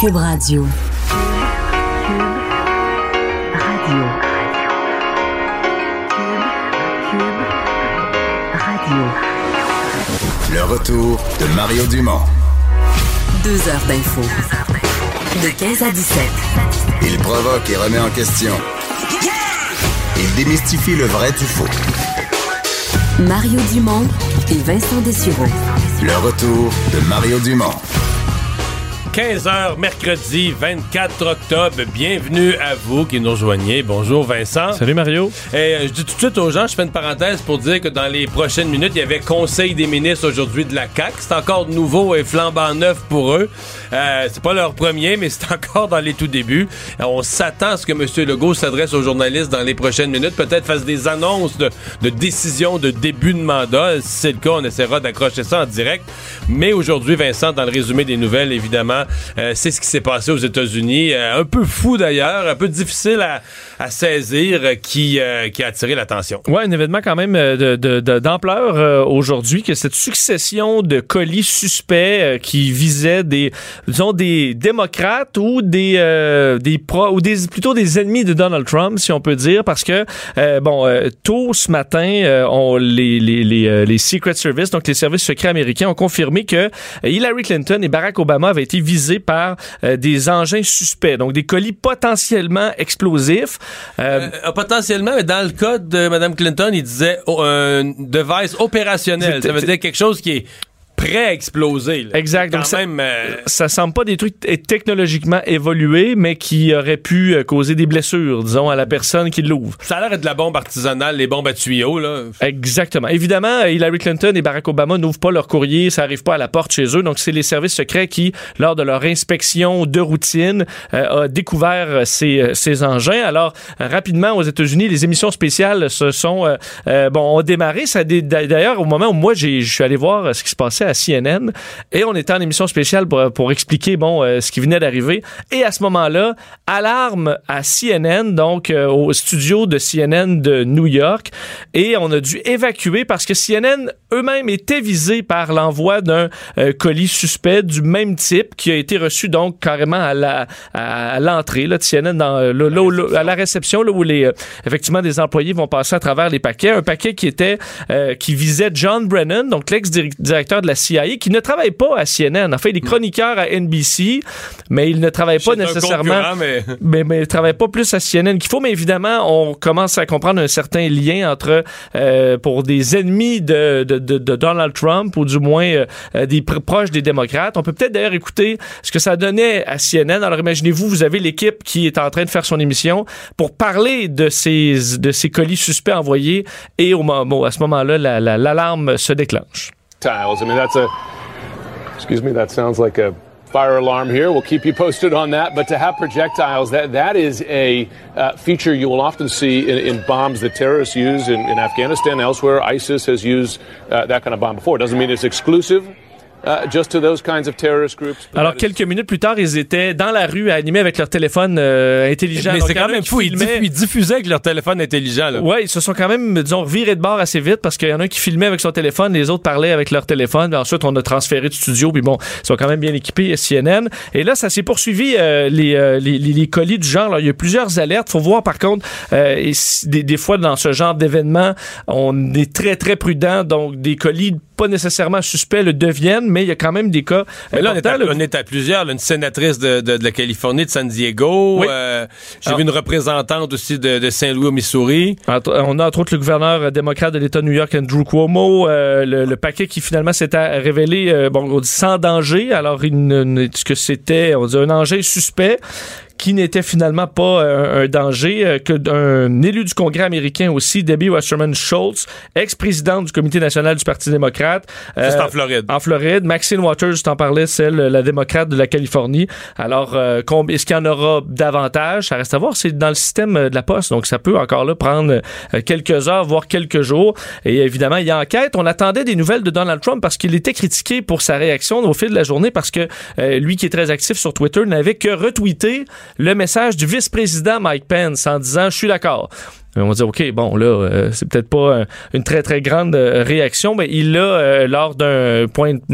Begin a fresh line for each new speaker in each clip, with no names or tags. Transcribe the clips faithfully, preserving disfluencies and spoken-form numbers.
Cube Radio. Radio. Radio.
Le retour de Mario Dumont.
Deux heures d'info. De quinze à dix-sept.
Il provoque et remet en question. Il démystifie le vrai du faux.
Mario Dumont et Vincent Dessureau.
Le retour de Mario Dumont.
quinze heures, mercredi vingt-quatre octobre. Bienvenue à vous qui nous rejoignez. Bonjour Vincent.
Salut Mario.
Et je dis tout de suite aux gens, je fais une parenthèse pour dire que dans les prochaines minutes, il y avait Conseil des ministres aujourd'hui de la C A Q. C'est encore nouveau et flambant neuf pour eux. Euh, c'est pas leur premier, mais c'est encore dans les tout débuts. Alors, on s'attend à ce que M. Legault s'adresse aux journalistes dans les prochaines minutes, peut-être fasse des annonces de, de décision de début de mandat. Si c'est le cas, on essaiera d'accrocher ça en direct. Mais aujourd'hui, Vincent, dans le résumé des nouvelles, évidemment, Euh, c'est ce qui s'est passé aux États-Unis. Euh, un peu fou d'ailleurs, un peu difficile à, à saisir, euh, qui, euh, qui a attiré l'attention.
Ouais, un événement quand même de, de, de, d'ampleur euh, aujourd'hui, que cette succession de colis suspects euh, qui visaient des, disons, des démocrates ou des, euh, des pro, ou des, plutôt des ennemis de Donald Trump, si on peut dire, parce que, euh, bon, euh, tôt ce matin, euh, on, les, les, les, euh, les Secret Service, donc les services secrets américains, ont confirmé que Hillary Clinton et Barack Obama avaient été visés par euh, des engins suspects, donc des colis potentiellement explosifs.
Euh, euh, potentiellement, mais dans le cas de Mme Clinton, il disait oh, un device opérationnel. Ça veut dire quelque chose qui est prêt à exploser. Là.
Exact.
Quand
donc ça,
même, euh...
ça semble pas des trucs t- technologiquement évolués, mais qui auraient pu euh, causer des blessures, disons, à la personne qui l'ouvre.
Ça a l'air de la bombe artisanale, les bombes à tuyaux, là.
Exactement. Évidemment, Hillary Clinton et Barack Obama n'ouvrent pas leur courrier, ça arrive pas à la porte chez eux, donc c'est les services secrets qui, lors de leur inspection de routine, euh, a découvert ces, ces engins. Alors, euh, rapidement, aux États-Unis, les émissions spéciales se sont, euh, euh, bon, ont démarré. Ça a dé- d'ailleurs, au moment où moi, j'ai, je suis allé voir ce qui se passait à C N N, et on était en émission spéciale pour, pour expliquer bon euh, ce qui venait d'arriver, et à ce moment-là, alarme à C N N, donc euh, au studio de C N N de New York, et on a dû évacuer parce que C N N eux-mêmes étaient visés par l'envoi d'un euh, colis suspect du même type qui a été reçu donc carrément à la à l'entrée là, de C N N, dans, là, là, là, à la réception, là où les euh, effectivement des employés vont passer à travers les paquets, un paquet qui était euh, qui visait John Brennan, donc l'ex-directeur de la C I A, qui ne travaille pas à C N N. En fait, il est chroniqueur à N B C, mais il ne travaille pas
C'est
nécessairement...
Mais...
mais... Mais il ne travaille pas plus à C N N qu'il faut, mais évidemment, on commence à comprendre un certain lien entre, euh, pour des ennemis de, de, de, de Donald Trump, ou du moins euh, des pr- proches des démocrates. On peut peut-être d'ailleurs écouter ce que ça donnait à C N N. Alors imaginez-vous, vous avez l'équipe qui est en train de faire son émission pour parler de ces, de ces colis suspects envoyés, et au, bon, à ce moment-là, la, la, l'alarme se déclenche.
Tiles. I mean, that's a, excuse me, that sounds like a fire alarm here. We'll keep you posted on that. But to have projectiles, that that is a uh, feature you will often see in, in bombs that terrorists use in, in Afghanistan, elsewhere. ISIS has used uh, that kind of bomb before. It doesn't mean it's exclusive. Uh, just to those kinds of terrorist groups.
Alors, quelques minutes plus tard, ils étaient dans la rue à animer avec leur téléphone euh, intelligent.
Mais
donc,
c'est quand même fou. Ils, diff- ils diffusaient avec leur téléphone intelligent.
Oui, ils se sont quand même, disons, virés de bord assez vite parce qu'il y en a un qui filmait avec son téléphone, les autres parlaient avec leur téléphone. Puis ensuite, on a transféré de studio. Puis bon, ils sont quand même bien équipés, C N N. Et là, ça s'est poursuivi, euh, les, euh, les, les, les colis du genre. Là, il y a plusieurs alertes. Faut voir, par contre, euh, et des, des fois, dans ce genre d'événement, on est très, très prudent. Donc, des colis pas nécessairement suspects le deviennent, mais il y a quand même des cas.
Mais là, on est, à, on est à plusieurs. Là, une sénatrice de, de, de la Californie, de San Diego. Oui. Euh, j'ai Alors, vu une représentante aussi de, de Saint-Louis au Missouri.
On a entre autres le gouverneur démocrate de l'État de New York, Andrew Cuomo. Euh, le, le paquet qui finalement s'était révélé, euh, bon, on dit sans danger. Alors, une, une, ce que c'était, on dit un engin suspect, qui n'était finalement pas euh, un danger, euh, que d'un élu du Congrès américain aussi, Debbie Wasserman Schultz, ex-présidente du Comité national du Parti démocrate.
Euh, c'est en Floride.
En Floride. Maxine Waters, je t'en parlais, celle, la démocrate de la Californie. Alors, euh, est-ce qu'il y en aura davantage? Ça reste à voir. C'est dans le système de la Poste, donc ça peut encore là prendre euh, quelques heures, voire quelques jours. Et évidemment, il y a enquête. On attendait des nouvelles de Donald Trump parce qu'il était critiqué pour sa réaction au fil de la journée, parce que euh, lui, qui est très actif sur Twitter, n'avait que retweeté le message du vice-président Mike Pence en disant « Je suis d'accord ». On va dire, OK, bon, là, euh, c'est peut-être pas euh, une très, très grande euh, réaction, mais il l'a, euh, lors d'un point...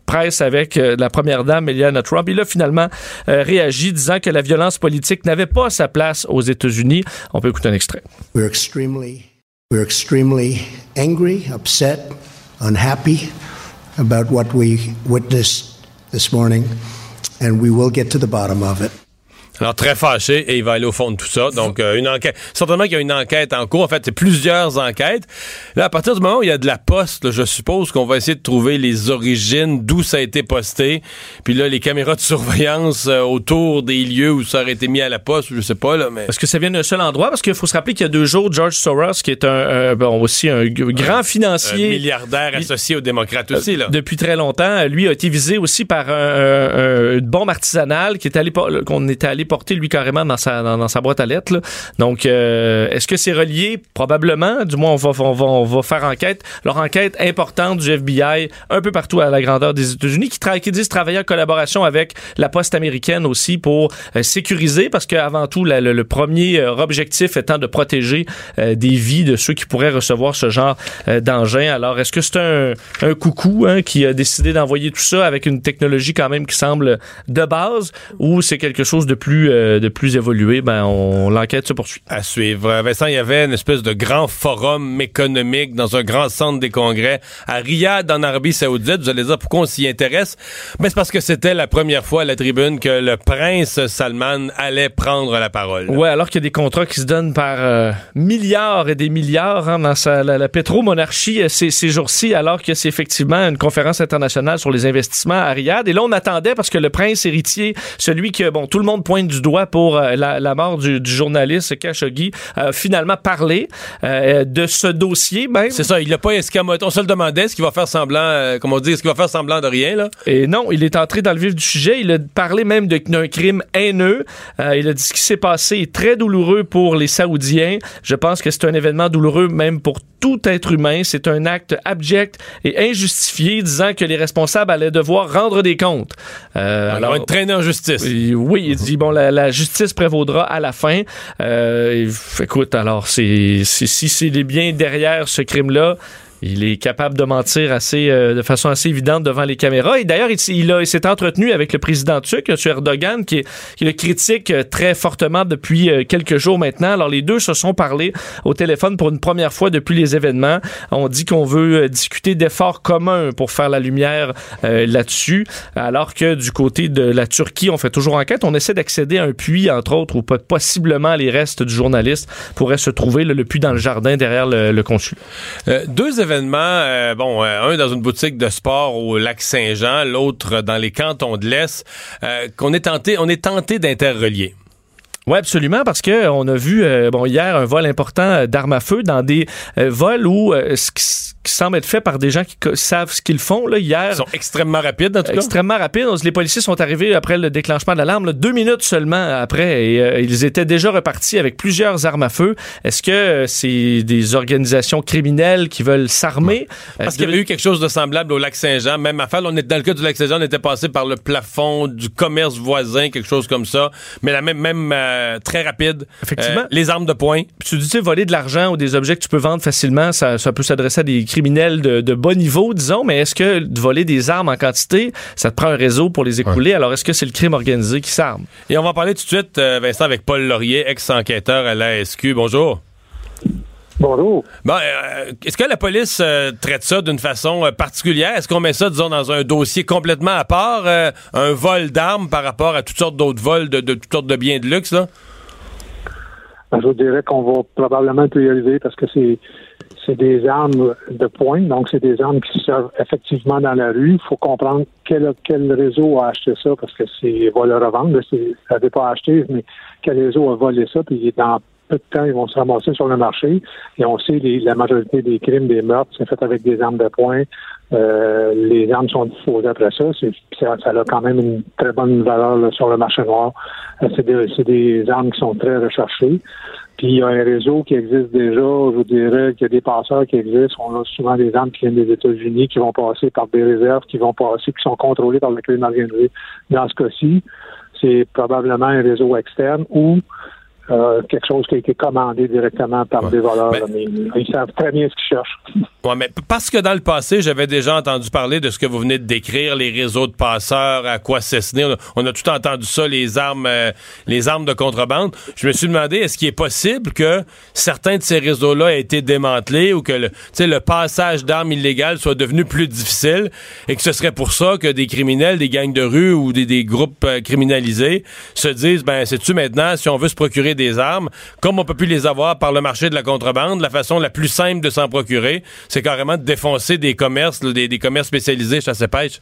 presse avec euh, la première dame, Melania Trump. Il a finalement euh, réagi, disant que la violence politique n'avait pas sa place aux États-Unis. On peut écouter un extrait.
We're extremely, we're extremely angry, upset, unhappy about what we witnessed this morning, and we will get to the bottom of it.
Alors, très fâché, et il va aller au fond de tout ça. Donc, euh, une enquête. Certainement qu'il y a une enquête en cours. En fait, c'est plusieurs enquêtes. Là, à partir du moment où il y a de la poste, là, je suppose qu'on va essayer de trouver les origines, d'où ça a été posté. Puis là, les caméras de surveillance euh, autour des lieux où ça aurait été mis à la poste, je sais pas, là, mais...
Est-ce que ça vient d'un seul endroit? Parce qu'il faut se rappeler qu'il y a deux jours, George Soros, qui est un, euh, bon, aussi un g- grand financier.
Un milliardaire associé aux démocrates aussi, là.
Euh, depuis très longtemps. Lui a été visé aussi par un, un, un, une bombe artisanale qui est allé, qu'on était allé porter lui carrément dans sa, dans, dans sa boîte à lettres. Là. Donc, euh, est-ce que c'est relié? Probablement. Du moins, on va, on va, on va faire enquête. Leur enquête importante du F B I un peu partout à la grandeur des États-Unis qui, tra- qui disent travailler en collaboration avec la poste américaine aussi pour euh, sécuriser parce qu'avant tout, la, le, le premier euh, objectif étant de protéger euh, des vies de ceux qui pourraient recevoir ce genre euh, d'engin. Alors, est-ce que c'est un, un coucou hein, qui a décidé d'envoyer tout ça avec une technologie quand même qui semble de base ou c'est quelque chose de plus euh, de plus évolué? Ben, on, l'enquête se poursuit.
À suivre. Vincent, il y avait une espèce de grand forum économique dans un grand centre des congrès à Riyad, en Arabie Saoudite. Vous allez dire pourquoi on s'y intéresse? Ben, c'est parce que c'était la première fois à la tribune que le prince Salman allait prendre la parole.
Ouais, alors qu'il y a des contrats qui se donnent par euh, milliards et des milliards hein, dans sa, la, la pétromonarchie euh, ces, ces jours-ci, alors que c'est effectivement une conférence internationale sur les investissements à Riyad. Et là, on attendait parce que le prince héritier, celui que, bon, tout le monde pointe du doigt pour euh, la, la mort du, du journaliste Khashoggi, a euh, finalement parlé euh, de ce dossier. Ben,
c'est ça, il n'a pas escamoté. On se le demandait, est-ce qu'il va faire semblant, euh, comment on dit, est-ce qu'il va faire semblant de rien, là?
Et non, il est entré dans le vif du sujet. Il a parlé même de, d'un crime haineux. Euh, il a dit ce qui s'est passé est très douloureux pour les Saoudiens. Je pense que c'est un événement douloureux même pour tout être humain. C'est un acte abject et injustifié, disant que les responsables allaient devoir rendre des comptes.
Euh, alors, être traîné en justice.
Euh, oui, il dit, bon, la, la justice prévaudra à la fin. Euh, écoute, alors, c'est, c'est, si c'est bien derrière ce crime-là, il est capable de mentir assez, euh, de façon assez évidente devant les caméras. Et d'ailleurs, il, il, a, il s'est entretenu avec le président turc, M. Erdogan, qui, qui le critique très fortement depuis euh, quelques jours maintenant. Alors, les deux se sont parlé au téléphone pour une première fois depuis les événements. On dit qu'on veut euh, discuter d'efforts communs pour faire la lumière euh, là-dessus. Alors que du côté de la Turquie, on fait toujours enquête. On essaie d'accéder à un puits, entre autres, où possiblement les restes du journaliste pourraient se trouver, là, le puits dans le jardin derrière le, le consulat.
Euh, deux événements, euh, bon, euh, un dans une boutique de sport au Lac-Saint-Jean, l'autre dans les cantons de l'Est, euh, qu'on est tenté, on est tenté d'interrelier.
Oui, absolument, parce que on a vu euh, bon hier un vol important euh, d'armes à feu dans des euh, vols où euh, ce qui, qui semble être fait par des gens qui co- savent ce qu'ils font. Là, hier,
ils sont extrêmement rapides, en tout cas.
Extrêmement rapides. Les policiers sont arrivés après le déclenchement de l'alarme, là, deux minutes seulement après, et euh, ils étaient déjà repartis avec plusieurs armes à feu. Est-ce que euh, c'est des organisations criminelles qui veulent s'armer?
Ouais. Parce euh, qu'il y avait eu quelque chose de semblable au Lac-Saint-Jean. Même affaire, on est dans le cas du Lac-Saint-Jean, on était passé par le plafond du commerce voisin, quelque chose comme ça. Mais la même, même euh, très rapide.
Effectivement.
Euh, les armes de poing.
Puis tu dis, tu sais, voler de l'argent ou des objets que tu peux vendre facilement, ça, ça peut s'adresser à des criminels de, de bas niveau, disons, mais est-ce que de voler des armes en quantité, ça te prend un réseau pour les écouler? Ouais. Alors, est-ce que c'est le crime organisé qui s'arme?
Et on va en parler tout de suite, euh, Vincent, avec Paul Laurier, ex-enquêteur à l'A S Q. Bonjour.
Bonjour.
Bon, euh, est-ce que la police euh, traite ça d'une façon euh, particulière? Est-ce qu'on met ça, disons, dans un dossier complètement à part, euh, un vol d'armes par rapport à toutes sortes d'autres vols de, de toutes sortes de biens de luxe, là?
Ben, je dirais qu'on va probablement prioriser parce que c'est c'est des armes de poing, donc c'est des armes qui servent effectivement dans la rue. Il faut comprendre quel, quel réseau a acheté ça, parce que c'est va le revendre. C'est, ça n'avait pas acheté, mais quel réseau a volé ça, puis dans peu de temps, ils vont se ramasser sur le marché. Et on sait les, la majorité des crimes, des meurtres, c'est fait avec des armes de poing. Euh, les armes sont disposées après ça. C'est, ça. Ça a quand même une très bonne valeur là, sur le marché noir. Euh, c'est, des, c'est des armes qui sont très recherchées. Puis il y a un réseau qui existe déjà. Je vous dirais qu'il y a des passeurs qui existent. On a souvent des armes qui viennent des États-Unis, qui vont passer par des réserves, qui vont passer, qui sont contrôlées par le crime organisé. Dans ce cas-ci, c'est probablement un réseau externe où euh, quelque chose qui a été commandé directement par
ouais.
des voleurs.
Ben,
là, mais ils savent très bien ce qu'ils cherchent.
Oui, mais parce que dans le passé, j'avais déjà entendu parler de ce que vous venez de décrire, les réseaux de passeurs, à quoi c'est on, on a tout entendu ça, les armes euh, les armes de contrebande. Je me suis demandé, est-ce qu'il est possible que certains de ces réseaux-là aient été démantelés ou que le, le passage d'armes illégales soit devenu plus difficile et que ce serait pour ça que des criminels, des gangs de rue ou des, des groupes euh, criminalisés se disent, ben, sais-tu maintenant, si on veut se procurer des armes, comme on peut plus les avoir par le marché de la contrebande, la façon la plus simple de s'en procurer, c'est carrément de défoncer des commerces, là, des, des commerces spécialisés chasse et pêche.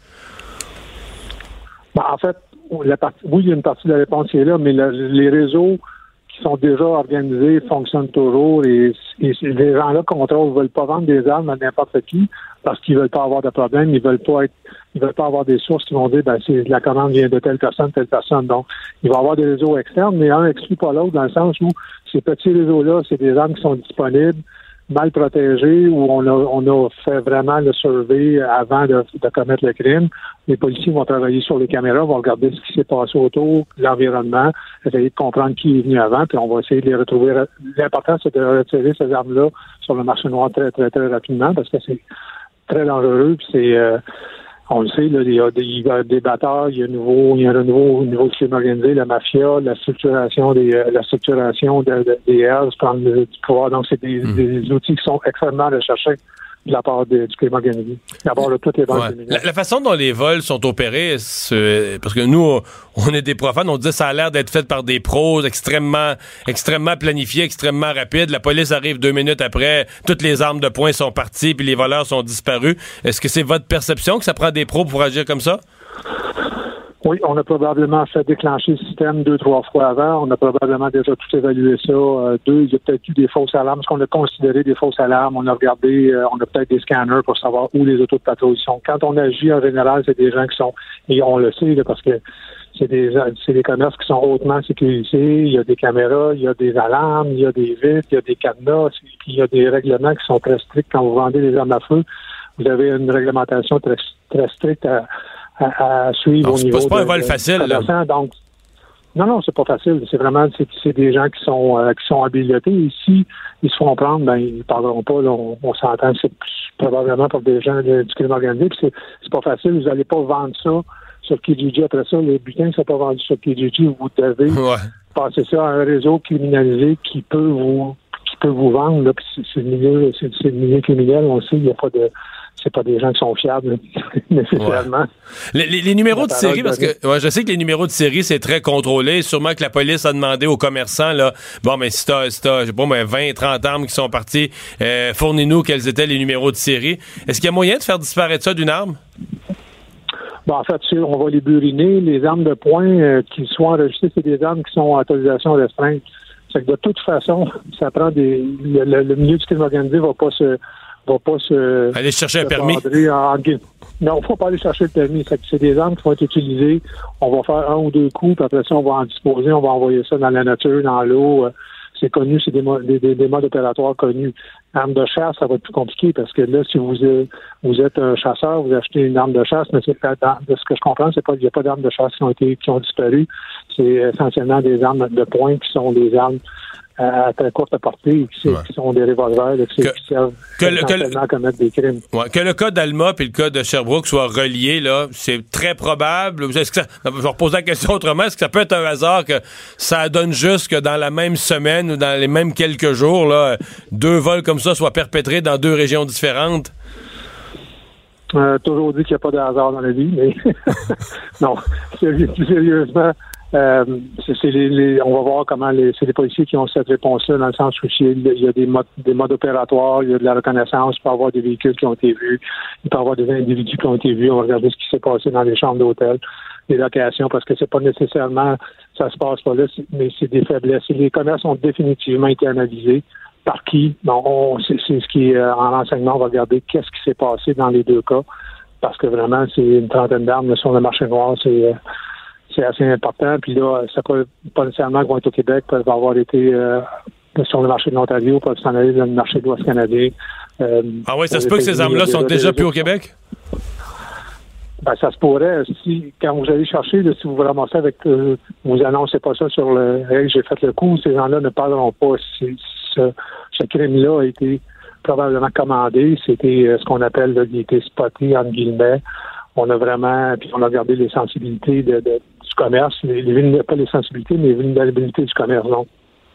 Ben, en fait, la partie, oui, il y a une partie de la réponse qui est là, mais le, les réseaux qui sont déjà organisés fonctionnent toujours et, et les gens-là contrôlent, ne veulent pas vendre des armes à n'importe qui parce qu'ils veulent pas avoir de problème, ils veulent pas être, ils veulent pas avoir des sources qui vont dire, ben, c'est, la commande vient de telle personne, telle personne. Donc, il va y avoir des réseaux externes, mais un exclut pas l'autre dans le sens où ces petits réseaux-là, c'est des armes qui sont disponibles, mal protégés, où on a, on a fait vraiment le survey avant de, de commettre le crime. Les policiers vont travailler sur les caméras, vont regarder ce qui s'est passé autour, l'environnement, essayer de comprendre qui est venu avant, puis on va essayer de les retrouver. L'important, c'est de retirer ces armes-là sur le marché noir très, très, très rapidement, parce que c'est très dangereux, puis c'est... Euh, on le sait, là, il y a des, il y a des batailles, il y a un nouveau, il y a un nouveau niveau de crime organisé, la mafia, la structuration des, la structuration de, de, des Hells, prendre du pouvoir. Donc, c'est des, mmh. des outils qui sont extrêmement recherchés de la part de, du crime organisé. D'abord, là, toutes les bandes
ouais. la, la façon dont les vols sont opérés, c'est, parce que nous, on est des profanes, on dit que ça a l'air d'être fait par des pros extrêmement, extrêmement planifiés, extrêmement rapides. La police arrive deux minutes après, toutes les armes de poing sont parties, puis les voleurs sont disparus. Est-ce que c'est votre perception que ça prend des pros pour agir comme ça?
Oui, on a probablement fait déclencher le système deux, trois fois avant. On a probablement déjà tout évalué ça. Euh, deux, il y a peut-être eu des fausses alarmes, ce qu'on a considéré des fausses alarmes. On a regardé, euh, on a peut-être des scanners pour savoir où les autos de patrouille sont. Quand on agit, en général, c'est des gens qui sont, et on le sait, là, parce que c'est des, c'est des commerces qui sont hautement sécurisés. Il y a des caméras, il y a des alarmes, il y a des vitres, il y a des cadenas, puis il y a des règlements qui sont très stricts. Quand vous vendez des armes à feu, vous avez une réglementation très, très stricte à À, à suivre
alors,
au niveau.
C'est pas
de,
un vol facile, là.
Donc, non, non, c'est pas facile. C'est vraiment, c'est, c'est des gens qui sont, euh, qui sont habilités. Et si ils se font prendre, ben, ils parleront pas, là, on, on s'entend, c'est probablement pour des gens de, du crime organisé. Puis c'est, c'est pas facile. Vous allez pas vendre ça sur Kijiji. Après ça, les butins ne sont pas vendus sur Kijiji. Vous devez
ouais.
passer ça à un réseau criminalisé qui peut vous, qui peut vous vendre, là. Puis c'est, c'est le milieu, c'est, c'est le milieu criminel. On sait, il n'y a pas de, c'est pas des gens qui sont fiables, nécessairement.
Ouais. Les, les, les numéros de série, parce que ouais, je sais que les numéros de série, c'est très contrôlé. Sûrement que la police a demandé aux commerçants, là, bon, mais si t'as, si t'as je sais pas, mais vingt, trente armes qui sont parties, euh, fournis-nous quels étaient les numéros de série. Est-ce qu'il y a moyen de faire disparaître ça d'une arme?
Bon, en fait, on va les buriner. Les armes de poing euh, qui sont enregistrées, c'est des armes qui sont en autorisation restreinte. C'est que de toute façon, ça prend des. Le, le, le milieu du crime organisé va pas se. va pas se...
Aller chercher
se
un permis.
En... Non, il ne faut pas aller chercher le permis. C'est, c'est des armes qui vont être utilisées. On va faire un ou deux coups, puis après ça, on va en disposer, on va envoyer ça dans la nature, dans l'eau. C'est connu, c'est des, mo- des, des, des modes opératoires connus. Arme de chasse, ça va être plus compliqué parce que là, si vous êtes, vous êtes un chasseur, vous achetez une arme de chasse, mais c'est de ce que je comprends, c'est pas, il n'y a pas d'armes de chasse qui ont été, qui ont disparu. C'est essentiellement des armes de poing qui sont des armes à très courte portée, qui, ouais. qui sont des revolvers, là, qui, que, qui servent que le, que le, à commettre des crimes.
Ouais, que le cas d'Alma et le cas de Sherbrooke soient reliés, là, c'est très probable. Est-ce que ça, je vais reposer la question autrement. Est-ce que ça peut être un hasard que ça donne juste que dans la même semaine ou dans les mêmes quelques jours, là, deux vols comme ça soient perpétrés dans deux régions différentes?
Euh, toujours dit qu'il n'y a pas de hasard dans la vie, mais non, sérieux, sérieusement, Euh, c'est, c'est les, les, on va voir comment les, c'est les policiers qui ont cette réponse-là, dans le sens où il y a des modes, des modes opératoires, il y a de la reconnaissance, il peut y avoir des véhicules qui ont été vus, il peut y avoir des individus qui ont été vus, on va regarder ce qui s'est passé dans les chambres d'hôtel, les locations, parce que c'est pas nécessairement, ça se passe pas là, c'est, mais c'est des faiblesses. Et les commerces ont définitivement été analysés. Par qui? Bon, on, c'est, c'est ce qui est euh, en renseignement, on va regarder qu'est-ce qui s'est passé dans les deux cas, parce que vraiment, c'est une trentaine d'armes là, sur le marché noir, c'est... Euh, c'est assez important. Puis là, ça peut pas nécessairement qu'ils vont être au Québec, peuvent avoir été euh, sur le marché de l'Ontario, peuvent s'en aller dans le marché de l'Ouest canadien. Euh,
ah oui, ça se peut que ces armes-là sont déjà plus au Québec?
Ben, ça se pourrait. Si, quand vous allez chercher, là, si vous vous ramassez avec, euh, vous annoncez pas ça sur le, hey, j'ai fait le coup, ces gens-là ne parleront pas. Si, ce, ce crime-là a été probablement commandé, c'était euh, ce qu'on appelle, là, il a été spoté, entre guillemets. On a vraiment, puis on a regardé les sensibilités de, de, du commerce, les, les, pas les sensibilités, mais les vulnérabilités du commerce. Donc,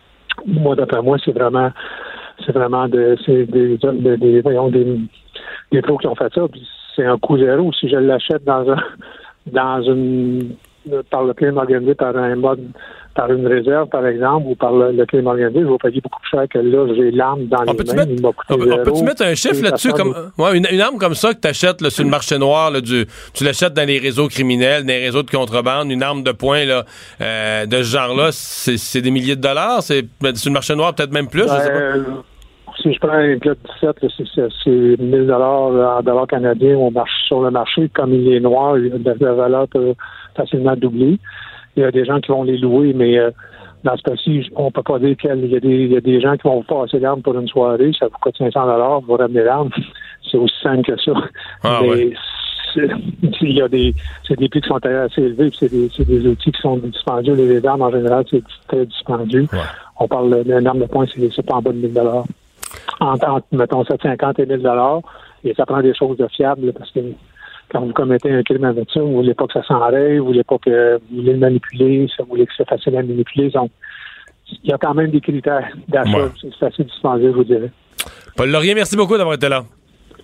moi, d'après moi, c'est vraiment, c'est vraiment de, c'est des, des, des, voyons, des, des pros qui ont fait ça, puis c'est un coût zéro. Si je l'achète dans un, dans une, par le crime organisé par un mode, par une réserve, par exemple, ou par le, le crime organisé, je vais payer beaucoup plus cher que là, j'ai l'arme dans
on
les mains,
mettre,
il m'a coûté
on,
zéro.
On peut-tu mettre un chiffre là-dessus? Comme, ouais, une, une arme comme ça que tu achètes sur le marché noir, là, du, tu l'achètes dans les réseaux criminels, dans les réseaux de contrebande, une arme de poing là, euh, de ce genre-là, c'est, c'est des milliers de dollars? C'est, sur le marché noir, peut-être même plus?
Ben,
je sais pas.
Si je prends un Glock dix-sept, là, c'est, c'est, c'est mille dollars en dollars canadiens au marché, sur le marché. Comme il est noir, la valeur peut facilement doubler. Il y a des gens qui vont les louer, mais euh, dans ce cas-ci, on peut pas dire qu'il y a des, il y a des gens qui vont vous passer l'arme pour une soirée, ça vous coûte cinq cents dollars, vous ramenez l'arme. C'est aussi simple que ça.
Ah,
mais
ouais.
c'est, il y a des, c'est des prix qui sont assez élevés, puis c'est des, c'est des outils qui sont dispendieux. Les armes, en général, c'est très dispendieux. Ouais. On parle d'une arme de poing, c'est, c'est pas en bas de mille dollars. Entre, entre, mettons, sept cent cinquante et mille dollars, et ça prend des choses de fiables, parce que quand vous commettez un crime avec ça, vous voulez pas que ça s'enraye, vous voulez pas que vous voulez le manipuler, ça, vous voulez que c'est facile à manipuler. Donc, il y a quand même des critères d'achat. Ouais. C'est, c'est assez dispendieux, je vous dirais.
Paul Laurier, merci beaucoup d'avoir été là.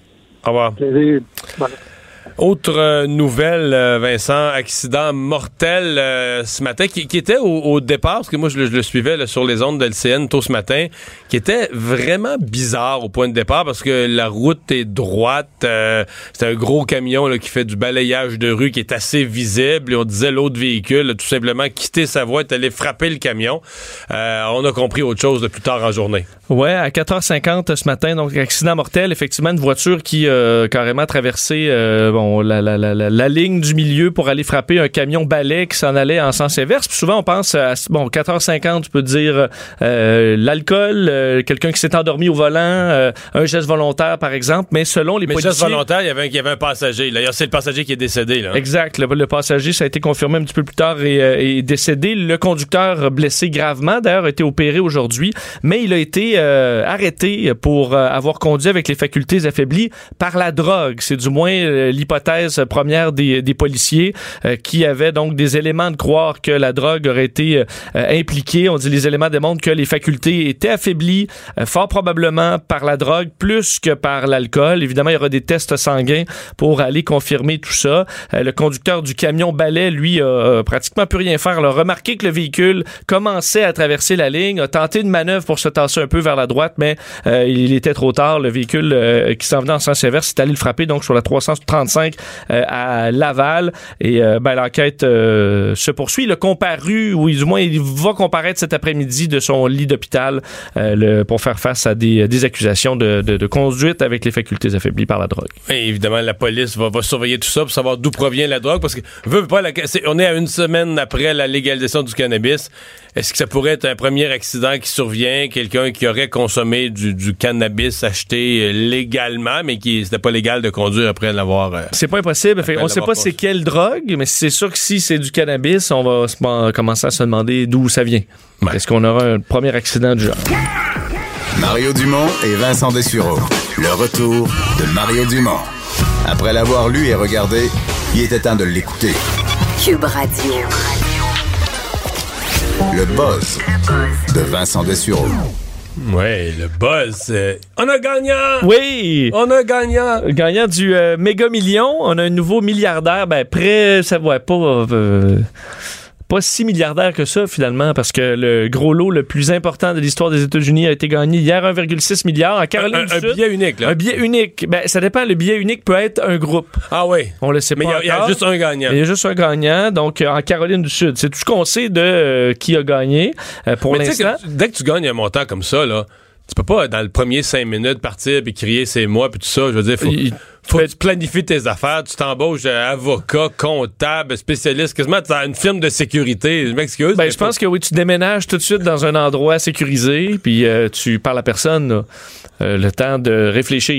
Au revoir.
Plaisir. Bon.
Autre euh, nouvelle, euh, Vincent, accident mortel euh, ce matin, qui, qui était au, au départ, parce que moi je le, je le suivais là, sur les ondes de L C N tôt ce matin, qui était vraiment bizarre au point de départ, parce que la route est droite, euh, c'est un gros camion là, qui fait du balayage de rue qui est assez visible, et on disait l'autre véhicule a tout simplement quitté sa voie, est allé frapper le camion. Euh, on a compris autre chose de plus tard en journée.
Ouais, à quatre heures cinquante ce matin, donc accident mortel, effectivement une voiture qui euh, carrément traversé euh, bon la, la, la, la, la ligne du milieu pour aller frapper un camion balai qui s'en allait en sens inverse. Puis souvent on pense à bon quatre heures cinquante, tu peux dire euh, l'alcool, euh, quelqu'un qui s'est endormi au volant, euh, un geste volontaire par exemple, mais selon les
mais
policiers,
geste volontaire, il y avait un, il y avait un passager. D'ailleurs, c'est le passager qui est décédé là.
Exact, le, le passager ça a été confirmé un petit peu plus tard et euh, est décédé. Le conducteur blessé gravement, d'ailleurs a été opéré aujourd'hui, mais il a été euh, arrêté pour euh, avoir conduit avec les facultés affaiblies par la drogue. C'est du moins euh, l'hypothèse première des, des policiers euh, qui avaient donc des éléments de croire que la drogue aurait été euh, impliquée. On dit les éléments démontrent que les facultés étaient affaiblies euh, fort probablement par la drogue plus que par l'alcool. Évidemment, il y aura des tests sanguins pour aller confirmer tout ça. Euh, le conducteur du camion balai, lui, a euh, pratiquement pu rien faire. Il a remarqué que le véhicule commençait à traverser la ligne, a tenté une manœuvre pour se tasser un peu vers la droite, mais euh, il était trop tard. Le véhicule euh, qui s'en venait en sens inverse est allé le frapper donc sur la trois cent trente-cinq euh, à Laval. Et euh, ben, l'enquête euh, se poursuit. Il a comparu, ou du moins il va comparaître cet après-midi de son lit d'hôpital euh, le, pour faire face à des, des accusations de, de, de conduite avec les facultés affaiblies par la drogue.
Et évidemment, la police va, va surveiller tout ça pour savoir d'où provient la drogue, parce que veut pas la, c'est, on est à une semaine après la légalisation du cannabis. Est-ce que ça pourrait être un premier accident qui survient, quelqu'un qui aurait consommé du, du cannabis acheté légalement, mais qui c'était pas légal de conduire après l'avoir... Euh,
c'est pas impossible. Fait, on ne sait pas c'est quelle drogue, mais c'est sûr que si c'est du cannabis, on va se, commencer à se demander d'où ça vient. Ouais. Est-ce qu'on aura un premier accident du genre?
Mario Dumont et Vincent Dessureau. Le retour de Mario Dumont. Après l'avoir lu et regardé, il était temps de l'écouter.
Cube Radio.
Le buzz de Vincent Dessureau.
Ouais, le buzz. Euh, on a gagnant!
Oui!
On a gagnant!
Gagnant du euh, méga million. On a un nouveau milliardaire. Ben, près, ça va pas... Euh, pas si milliardaire que ça, finalement, parce que le gros lot le plus important de l'histoire des États-Unis a été gagné hier, un virgule six milliard. En Caroline
un,
du
un,
Sud.
Un billet unique, là.
Un billet unique. Ben, ça dépend. Le billet unique peut être un groupe.
Ah oui.
On le sait
mais
pas.
Mais il y, y a juste un gagnant.
Il y a juste un gagnant. Donc, en Caroline du Sud. C'est tout ce qu'on sait de euh, qui a gagné euh, pour
mais
l'instant.
Que, dès que tu gagnes un montant comme ça, là, tu peux pas, dans le premier cinq minutes, partir et crier c'est moi puis tout ça. Je veux dire, faut, il, faut que tu planifies tes affaires. Tu t'embauches euh, avocat, comptable, spécialiste. Quasiment, tu as une firme de sécurité. Je m'excuse.
Ben, je pense que oui, tu déménages tout de suite dans un endroit sécurisé puis euh, tu parles à personne, là, euh, le temps de réfléchir.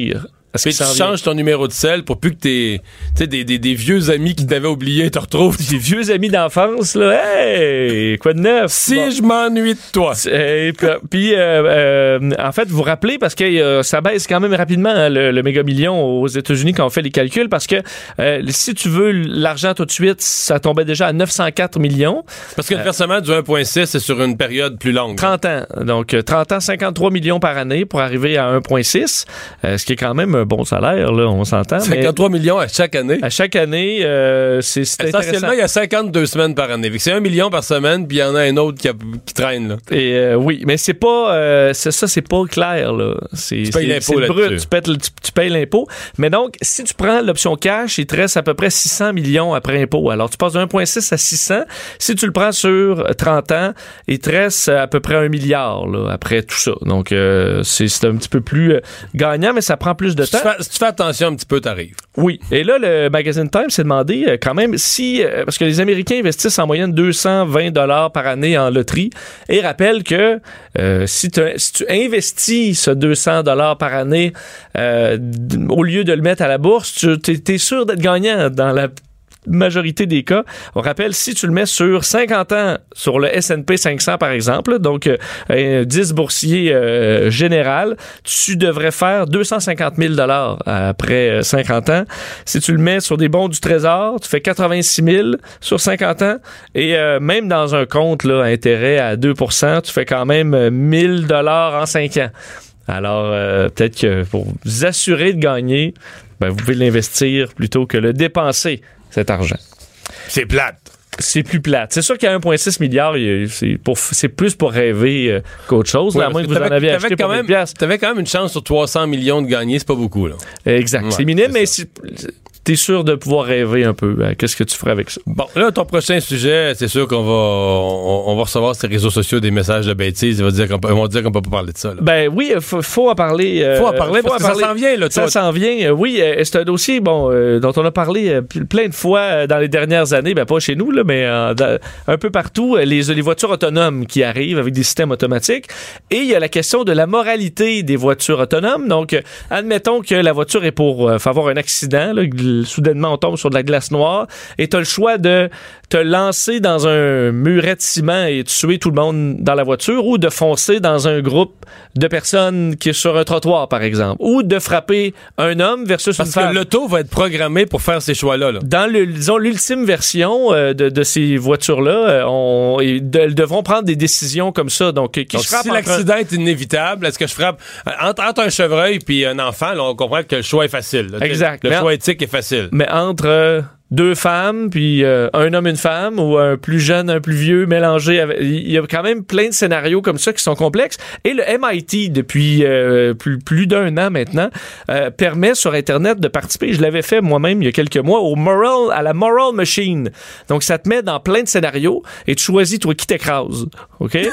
Puis tu changes ton numéro de sel pour plus que tes, tu sais, des, des, des vieux amis qui t'avaient oublié te retrouvent.
Des vieux amis d'enfance, là. Hey! Quoi de neuf?
Si
bon.
je m'ennuie de toi.
Et puis, euh, euh, en fait, vous vous rappelez, parce que euh, ça baisse quand même rapidement, hein, le, le méga million aux États-Unis quand on fait les calculs, parce que euh, si tu veux l'argent tout de suite, ça tombait déjà à neuf cent quatre millions.
Parce que le
euh,
versement du un virgule six, c'est sur une période plus longue.
trente ans. Donc, trente ans, cinquante-trois millions par année pour arriver à un virgule six, euh, ce qui est quand même un bon salaire, là, on s'entend.
cinquante-trois millions à chaque année.
À chaque année, euh, c'est, c'est intéressant.
Essentiellement, il y a cinquante-deux semaines par année. C'est un million par semaine, puis il y en a un autre qui, a, qui traîne. Là.
Et euh, oui, mais c'est pas euh, c'est ça, c'est pas clair. Là. C'est,
tu payes
c'est,
l'impôt
c'est brut,
là-dessus.
tu, payes, tu, tu payes l'impôt. Mais donc, si tu prends l'option cash, il te reste à peu près six cents millions après impôt. Alors, tu passes de un virgule six à six cents. Si tu le prends sur trente ans, il te reste à peu près un milliard là, après tout ça. Donc, euh, c'est, c'est un petit peu plus euh, gagnant, mais ça prend plus de
si
temps.
Tu fais, si tu fais attention un petit peu, t'arrives.
Oui. Et là, le magazine Time s'est demandé euh, quand même si... Euh, parce que les Américains investissent en moyenne deux cent vingt dollars par année en loterie et rappelle que euh, si, si tu investis ce deux cents dollars par année euh, d- au lieu de le mettre à la bourse, tu es sûr d'être gagnant dans la majorité des cas. On rappelle, si tu le mets sur cinquante ans sur le S and P cinq cents, par exemple, donc euh, dix boursiers euh, général, tu devrais faire deux cent cinquante mille dollars après cinquante ans. Si tu le mets sur des bons du Trésor, tu fais quatre-vingt-six mille sur cinquante ans. Et euh, même dans un compte là, à intérêt à deux pour cent, tu fais quand même mille dollars en cinq ans. Alors, euh, peut-être que pour vous assurer de gagner, ben, vous pouvez l'investir plutôt que le dépenser, cet argent.
C'est plate.
C'est plus plate. C'est sûr qu'à un virgule six milliard, c'est, pour, c'est plus pour rêver euh, qu'autre chose.
Ouais,
là, à moins que vous en aviez acheté pour mille piastres.
T'avais quand même une chance sur trois cents millions de gagner, c'est pas beaucoup. Là.
Exact. Ouais, c'est minime, c'est mais c'est, t'es sûr de pouvoir rêver un peu. Hein, qu'est-ce que tu ferais avec ça?
Bon, là, ton prochain sujet, c'est sûr qu'on va on, on va recevoir sur les réseaux sociaux des messages de bêtises. Ils vont dire qu'on peut, ils vont dire qu'on peut pas parler de ça. Là.
Ben oui, il faut, faut en parler. Euh,
faut en parler
faut
parce
en
que
parler.
ça s'en vient. Là,
ça
toi.
s'en vient. Euh, oui, euh, c'est un dossier bon, euh, dont on a parlé euh, plein de fois euh, dans les dernières années. Ben pas chez nous, là, mais euh, dans, un peu partout. Euh, les, les voitures autonomes qui arrivent avec des systèmes automatiques. Et il y a la question de la moralité des voitures autonomes. Donc, euh, admettons que la voiture est pour euh, avoir un accident. Là, soudainement, on tombe sur de la glace noire et tu as le choix de te lancer dans un muret de ciment et tuer tout le monde dans la voiture ou de foncer dans un groupe de personnes qui est sur un trottoir, par exemple, ou de frapper un homme versus
Parce
une femme.
Parce que l'auto va être programmé pour faire ces choix-là. Là.
Dans le, disons, l'ultime version euh, de, de ces voitures-là, euh, on, ils de, devront prendre des décisions comme ça. Donc, qui
Donc
je frappe
si l'accident un... est inévitable, est-ce que je frappe entre, entre un chevreuil et un enfant, là, on comprend que le choix est facile. Là,
exact.
Le
mais
choix
en...
éthique est facile.
Mais entre euh, deux femmes, puis euh, un homme, une femme, ou un plus jeune, un plus vieux, mélangé. Avec... Il y a quand même plein de scénarios comme ça qui sont complexes. Et le M I T, depuis euh, plus, plus d'un an maintenant, euh, permet sur Internet de participer. Je l'avais fait moi-même il y a quelques mois au Moral, à la Moral Machine. Donc, ça te met dans plein de scénarios et tu choisis, toi, qui t'écrase. OK? et,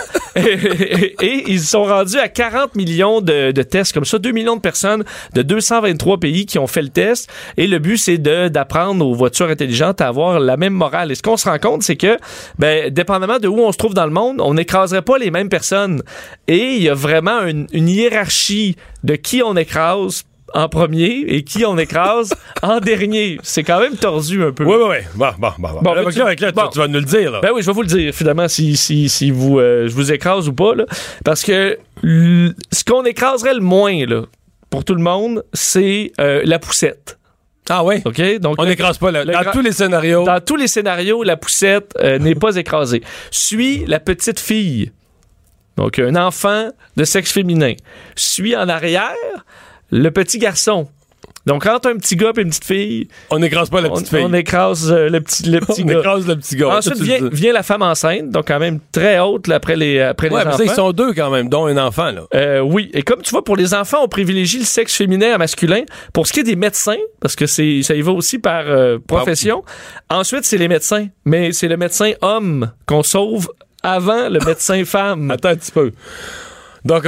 et, et ils sont rendus à quarante millions de, de tests comme ça, deux millions de personnes de deux cent vingt-trois pays qui ont fait le test. Et le but, c'est de, d'apprendre aux voitures intelligentes à avoir la même morale. Et ce qu'on se rend compte, c'est que, ben, dépendamment de où on se trouve dans le monde, on n'écraserait pas les mêmes personnes. Et il y a vraiment une, une hiérarchie de qui on écrase en premier et qui on écrase en dernier. C'est quand même tordu un peu.
Oui, oui, oui. Bon, bon, bon. bon. bon là, tu, là, bon. Tu, tu vas nous le dire. Là.
Ben oui, je vais vous le dire, finalement, si, si, si vous, euh, je vous écrase ou pas. Là, parce que l- ce qu'on écraserait le moins, là, pour tout le monde, c'est euh, la poussette.
Ah oui?
OK? Donc,
on n'écrase pas. Là. Dans
gra-
tous les scénarios.
Dans tous les scénarios, la poussette euh, n'est pas écrasée. Suit la petite fille. Donc, un enfant de sexe féminin. Suit en arrière le petit garçon. Donc, entre un petit gars et une petite fille...
On n'écrase pas la petite
on,
fille.
On écrase euh, le petit, le petit
on
gars.
On écrase le petit gars.
Ensuite, vient, vient la femme enceinte, donc quand même très haute là, après les, après
ouais,
les enfants.
Ouais, mais ça, ils sont deux quand même, dont un enfant. Là.
Euh, oui, et comme tu vois, pour les enfants, on privilégie le sexe féminin à masculin. Pour ce qui est des médecins, parce que c'est ça y va aussi par euh, profession. Ah. Ensuite, c'est les médecins. Mais c'est le médecin homme qu'on sauve avant le médecin femme.
Attends un petit peu. Donc...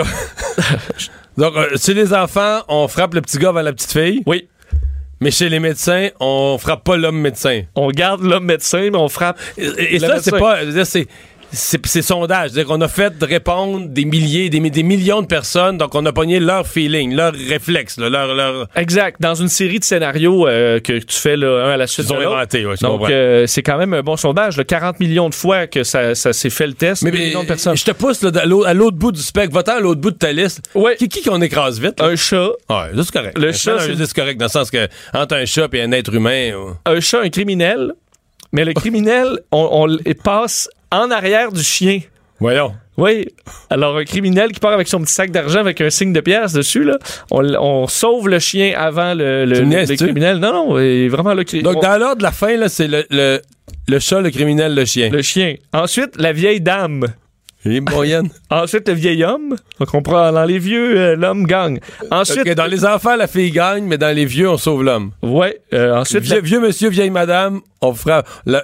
Donc, euh, chez les enfants, on frappe le petit gars avant la petite fille.
Oui.
Mais chez les médecins, on frappe pas l'homme médecin.
On garde l'homme médecin, mais on frappe.
Et, et ça, médecin. c'est pas. C'est, c'est, c'est sondage. C'est-à-dire qu'on a fait répondre des milliers, des, des millions de personnes, donc on a pogné leur feeling, leur réflexe, là, leur, leur...
Exact. Dans une série de scénarios euh, que tu fais là, un à la suite
Ils
de
ont
l'autre.
inventé, ouais,
donc, euh, c'est quand même un bon sondage. Là, quarante millions de fois que ça, ça s'est fait le test.
Mais,
mais millions de personnes.
Je te pousse là, à, l'autre, à l'autre bout du spectre. Va-t'en à l'autre bout de ta liste.
Ouais.
Qui, qui qu'on écrase vite? Là?
Un chat.
Ouais, ça, c'est correct.
Le
un
chat,
c'est... c'est correct dans le sens que entre un chat et un être humain... Euh...
Un chat, un criminel. Mais le criminel, on, on le passe en arrière du chien.
Voyons.
Oui. Alors, un criminel qui part avec son petit sac d'argent avec un signe de pièce dessus, là, on, on sauve le chien avant le, le, le, le criminel. Non, non, et vraiment le criminel.
Donc, dans l'ordre de la fin, là, c'est le, le, le chat, le criminel, le chien.
Le chien. Ensuite, la vieille dame.
Et moyenne.
Ensuite, le vieil homme. Donc, on prend dans les vieux, euh, l'homme gagne. Ensuite.
Okay, dans les enfants, la fille gagne, mais dans les vieux, on sauve l'homme.
Ouais. Euh, ensuite.
Vieux, la... vieux monsieur, vieille madame, on fera. La...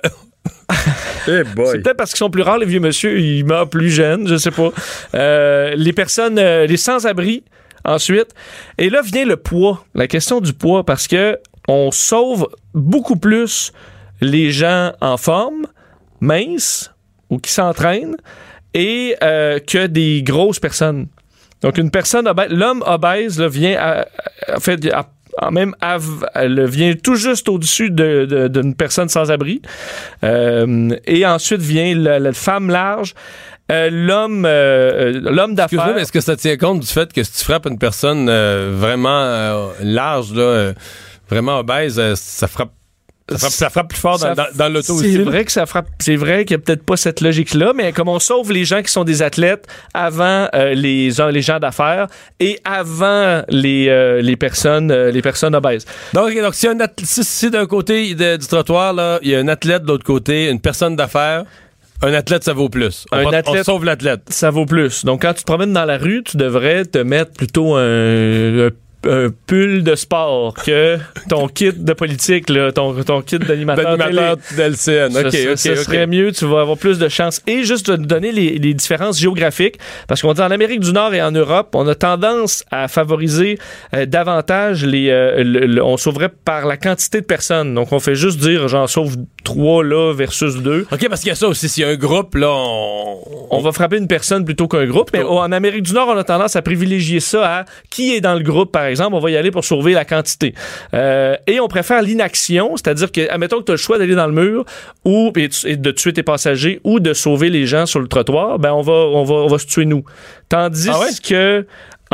Hey boy. C'est peut-être parce qu'ils sont plus rares, les vieux monsieur, ils meurent plus jeunes, je sais pas. Euh, les personnes, euh, les sans-abri, ensuite. Et là vient le poids, la question du poids, parce que on sauve beaucoup plus les gens en forme, minces, ou qui s'entraînent, et euh, que des grosses personnes. Donc une personne obèse, l'homme obèse là, vient à, à, fait, à même av- elle vient tout juste au-dessus de, de, d'une personne sans abri. Euh, et ensuite vient la, la femme large. Euh, l'homme, euh, l'homme d'affaires.
Excuse-moi, mais est-ce que ça tient compte du fait que si tu frappes une personne euh, vraiment euh, large, là, euh, vraiment obèse, euh, ça frappe Ça frappe, ça frappe plus fort dans, dans, dans l'auto
c'est
aussi.
C'est vrai que ça frappe. C'est vrai qu'il n'y a peut-être pas cette logique-là, mais comme on sauve les gens qui sont des athlètes avant euh, les, les gens d'affaires et avant les, euh, les, personnes, euh, les personnes obèses.
Donc, donc si, un athlète, si, si d'un côté de, du trottoir, là, il y a un athlète de l'autre côté, une personne d'affaires, un athlète, ça vaut plus. On,
un
va,
athlète,
on sauve l'athlète.
Ça vaut plus. Donc, quand tu te promènes dans la rue, tu devrais te mettre plutôt un... un un pull de sport que ton kit de politique, là, ton, ton kit d'animateur,
d'animateur d'L C N. OK,
ça,
OK,
ça
OK.
serait mieux, tu vas avoir plus de chances. Et juste de donner les, les différences géographiques, parce qu'on dit en Amérique du Nord et en Europe, on a tendance à favoriser euh, davantage les... Euh, le, le, on sauverait par la quantité de personnes. Donc, on fait juste dire, j'en sauve trois là versus deux.
OK, parce qu'il y a ça aussi. S'il y a un groupe, là, on...
On va frapper une personne plutôt qu'un groupe. Mais oh, en Amérique du Nord, on a tendance à privilégier ça à qui est dans le groupe, par exemple. On va y aller pour sauver la quantité. Euh, et on préfère l'inaction, c'est-à-dire que, admettons que tu as le choix d'aller dans le mur ou et, et de tuer tes passagers ou de sauver les gens sur le trottoir, ben on va, on va, on va se tuer nous. Tandis ah ouais? que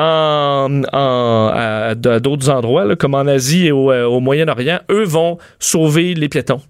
en, en, à, à d'autres endroits, là, comme en Asie et au, au Moyen-Orient, eux vont sauver les piétons.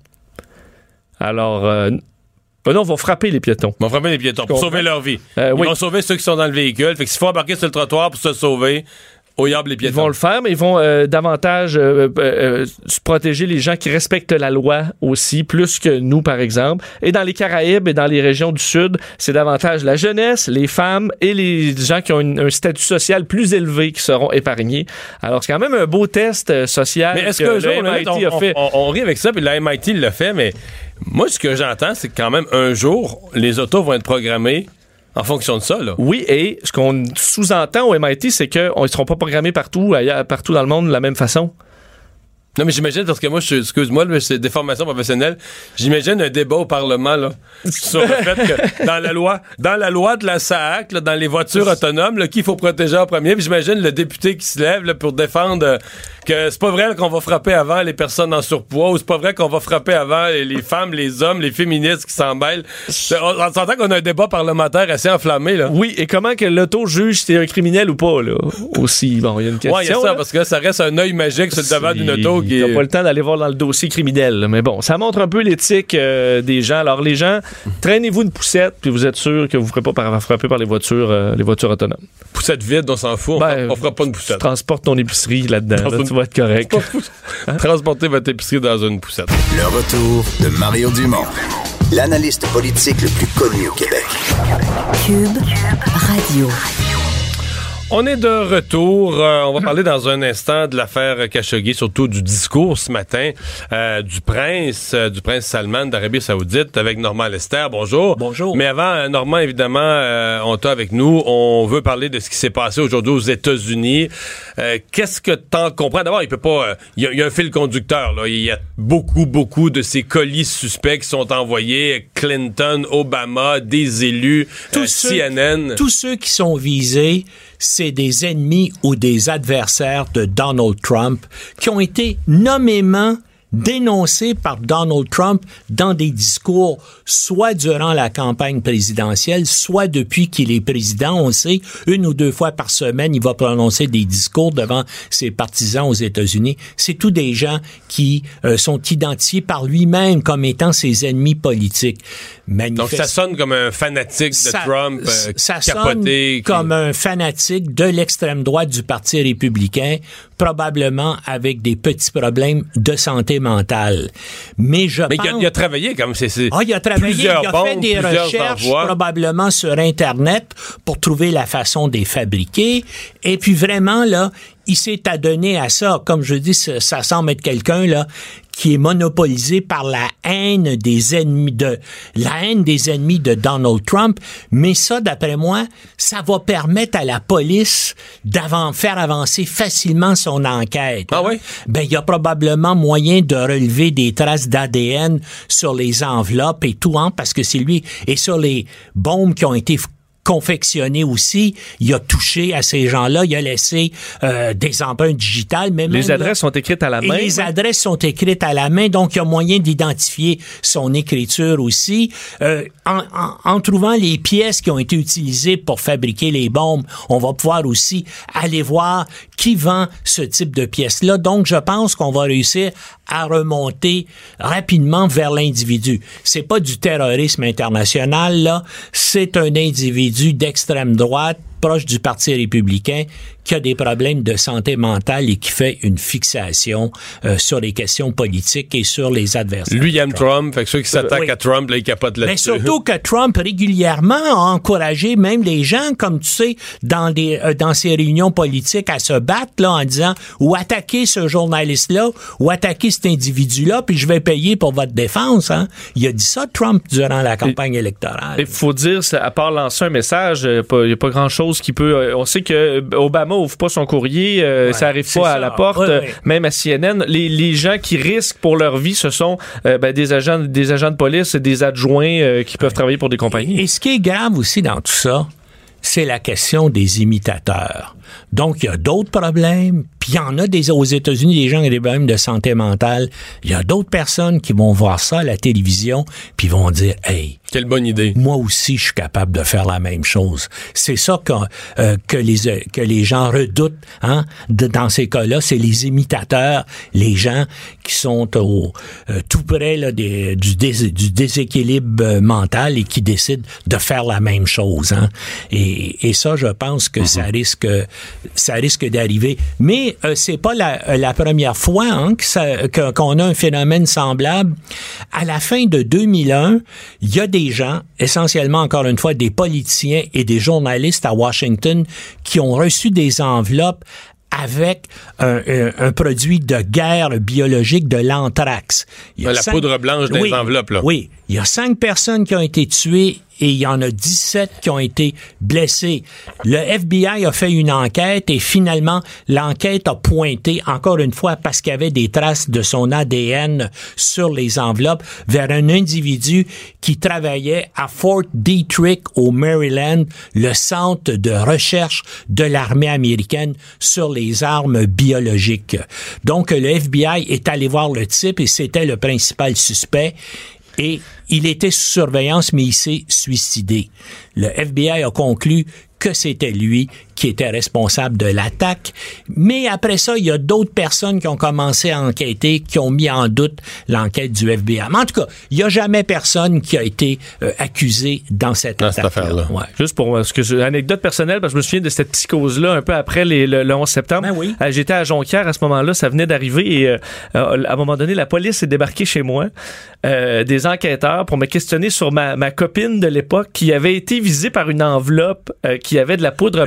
Alors... Euh, Ben non, on va frapper les piétons.
On va frapper les piétons pour sauver leur vie.
Euh,
ils
oui.
vont sauver ceux qui sont dans le véhicule. Fait que s'il faut embarquer sur le trottoir pour se sauver, au yable les piétons.
Ils vont le faire, mais ils vont euh, davantage euh, euh, se protéger les gens qui respectent la loi aussi, plus que nous, par exemple. Et dans les Caraïbes et dans les régions du Sud, c'est davantage la jeunesse, les femmes et les gens qui ont une, un statut social plus élevé qui seront épargnés. Alors, c'est quand même un beau test euh, social.
Mais est-ce
que,
que
le
jour,
M I T
on,
a fait.
On, on, on rit avec ça, puis la M I T l'a fait, mais moi, ce que j'entends, c'est que quand même, un jour, les autos vont être programmées en fonction de ça, là.
Oui, et ce qu'on sous-entend au M I T, c'est qu'ils ne seront pas programmés partout, ailleurs, partout dans le monde de la même façon.
Non, mais j'imagine, parce que moi, je, excuse-moi, là, c'est des formations professionnelles, j'imagine un débat au Parlement, là, sur le fait que dans la loi, dans la loi de la S A A C, là, dans les voitures autonomes, là, qui il faut protéger en premier, puis j'imagine le député qui se lève, là, pour défendre euh, que c'est pas vrai là, qu'on va frapper avant les personnes en surpoids, ou c'est pas vrai qu'on va frapper avant les, les femmes, les hommes, les féministes qui s'en mêlent. On, on s'entend qu'on a un débat parlementaire assez enflammé, là.
Oui, et comment que l'auto juge si t'es un criminel ou pas, là, aussi. Bon, il y a une question.
Ouais, il y a ça,
là.
parce que là, ça reste un œil magique sur le devant d'une auto qui
T'as
est...
pas le temps d'aller voir dans le dossier criminel, là. Mais bon, ça montre un peu l'éthique euh, des gens. Alors, les gens, traînez-vous une poussette, puis vous êtes sûr que vous ne ferez pas par, frapper par les voitures, euh, les voitures autonomes.
Poussette vide, on s'en fout, on,
Ben,
fera, on fera pas une poussette.
Tu transportes ton épicerie là-dedans, là, tu vas être correct.
Hein? Transporter votre épicerie dans une poussette.
Le retour de Mario Dumont, l'analyste politique le plus connu au Québec.
Cube Radio.
On est de retour. Euh, on va parler dans un instant de l'affaire Khashoggi, surtout du discours ce matin euh, du prince, euh, du prince Salman d'Arabie Saoudite avec Normand Lester. Bonjour.
Bonjour.
Mais avant, euh, Normand, évidemment, euh, on t'a avec nous. On veut parler de ce qui s'est passé aujourd'hui aux États-Unis. Euh, qu'est-ce que t'en comprends? D'abord, il peut pas. Il euh, y, y a un fil conducteur, là. Il y a beaucoup, beaucoup de ces colis suspects qui sont envoyés. Clinton, Obama, des élus,
tous
euh,
ceux,
C N N.
Tous ceux qui sont visés, c'est des ennemis ou des adversaires de Donald Trump qui ont été nommément dénoncés par Donald Trump dans des discours, soit durant la campagne présidentielle, soit depuis qu'il est président. On sait, une ou deux fois par semaine, il va prononcer des discours devant ses partisans aux États-Unis. C'est tous des gens qui euh, sont identifiés par lui-même comme étant ses ennemis politiques. Manifeste...
Donc ça sonne comme un fanatique de
ça,
Trump, euh,
ça
capoté.
sonne comme un fanatique de l'extrême droite du Parti républicain, probablement avec des petits problèmes de santé mentale. Mais je
Mais
pense...
il a, il a travaillé comme c'est... c'est
ah, il a travaillé, il a
bombes,
fait des recherches
envois.
probablement sur Internet pour trouver la façon de les fabriquer. Et puis vraiment, là, il s'est adonné à ça. Comme je dis, ça, ça semble être quelqu'un, là, qui est monopolisé par la haine des ennemis de, la haine des ennemis de Donald Trump. Mais ça, d'après moi, ça va permettre à la police d'avant, faire avancer facilement son enquête.
Ah oui?
Ben, il y a probablement moyen de relever des traces d'A D N sur les enveloppes et tout, hein, parce que c'est lui, et sur les bombes qui ont été confectionné aussi, il a touché à ces gens-là, il a laissé euh, des empreintes digitales. Mais
les
même,
adresses
là,
sont écrites à la main.
Et les
ouais.
adresses sont écrites à la main, donc il y a moyen d'identifier son écriture aussi. Euh, en, en, en trouvant les pièces qui ont été utilisées pour fabriquer les bombes, on va pouvoir aussi aller voir qui vend ce type de pièces-là. Donc, je pense qu'on va réussir à remonter rapidement vers l'individu. C'est pas du terrorisme international, là. C'est un individu d'extrême droite, proche du Parti républicain, qui a des problèmes de santé mentale et qui fait une fixation euh, sur les questions politiques et sur les adversaires.
Lui, il aime Trump. Trump, fait que ceux qui s'attaquent
oui.
à Trump, là, ils capotent là-dessus.
Mais surtout que Trump, régulièrement, a encouragé même les gens, comme tu sais, dans, des, euh, dans ses réunions politiques, à se battre, là, en disant, ou attaquer ce journaliste-là, ou attaquer cet individu-là, puis je vais payer pour votre défense, hein. Il a dit ça, Trump, durant la campagne et, électorale.
Il faut dire, à part lancer un message, il n'y a pas grand-chose qui peut... On sait que Obama ouvre pas son courrier, euh, ouais, ça arrive pas à ça. la porte, ouais, ouais. Même à C N N. Les, les gens qui risquent pour leur vie, ce sont euh, ben, des agents des agents de police et des adjoints euh, qui peuvent ouais. travailler pour des compagnies.
Et ce qui est grave aussi dans tout ça, c'est la question des imitateurs. Donc, il y a d'autres problèmes, puis il y en a des, aux États-Unis, des gens qui ont des problèmes de santé mentale. Il y a d'autres personnes qui vont voir ça à la télévision, puis vont dire, « Hey,
quelle bonne idée.
Moi aussi, je suis capable de faire la même chose. » C'est ça que, euh, que, les, que les gens redoutent, hein, de, dans ces cas-là. C'est les imitateurs, les gens qui sont au, euh, tout près là, des, du, dés, du déséquilibre mental et qui décident de faire la même chose. Hein. Et, et ça, je pense que mm-hmm. ça risque... ça risque d'arriver. Mais euh, c'est pas la, la première fois hein, que ça, que, qu'on a un phénomène semblable. À la fin de deux mille un, il y a des gens, essentiellement encore une fois des politiciens et des journalistes à Washington, qui ont reçu des enveloppes avec un, un, un produit de guerre biologique de l'anthrax.
La cinq... poudre blanche des
oui,
enveloppes, là.
Oui. Il y a cinq personnes qui ont été tuées et il y en a dix-sept qui ont été blessés. Le F B I a fait une enquête et finalement, l'enquête a pointé, encore une fois, parce qu'il y avait des traces de son A D N sur les enveloppes, vers un individu qui travaillait à Fort Detrick au Maryland, le centre de recherche de l'armée américaine sur les armes biologiques. Donc, le F B I est allé voir le type et c'était le principal suspect. Et il était sous surveillance, mais il s'est suicidé. Le F B I a conclu que c'était lui qui était responsable de l'attaque. Mais après ça, il y a d'autres personnes qui ont commencé à enquêter, qui ont mis en doute l'enquête du F B I. Mais en tout cas, il n'y a jamais personne qui a été euh, accusé dans cette
dans
attaque.
Cette affaire-là.
Ouais. Juste pour euh, ce que je, anecdote personnelle, parce que je me souviens de cette psychose-là un peu après les, le, le onze septembre.
Ben oui.
Euh, j'étais à Jonquière à ce moment-là, ça venait d'arriver et euh, euh, à un moment donné, la police est débarquée chez moi, euh, des enquêteurs pour me questionner sur ma, ma copine de l'époque qui avait été visée par une enveloppe euh, qui avait de la poudre blanche.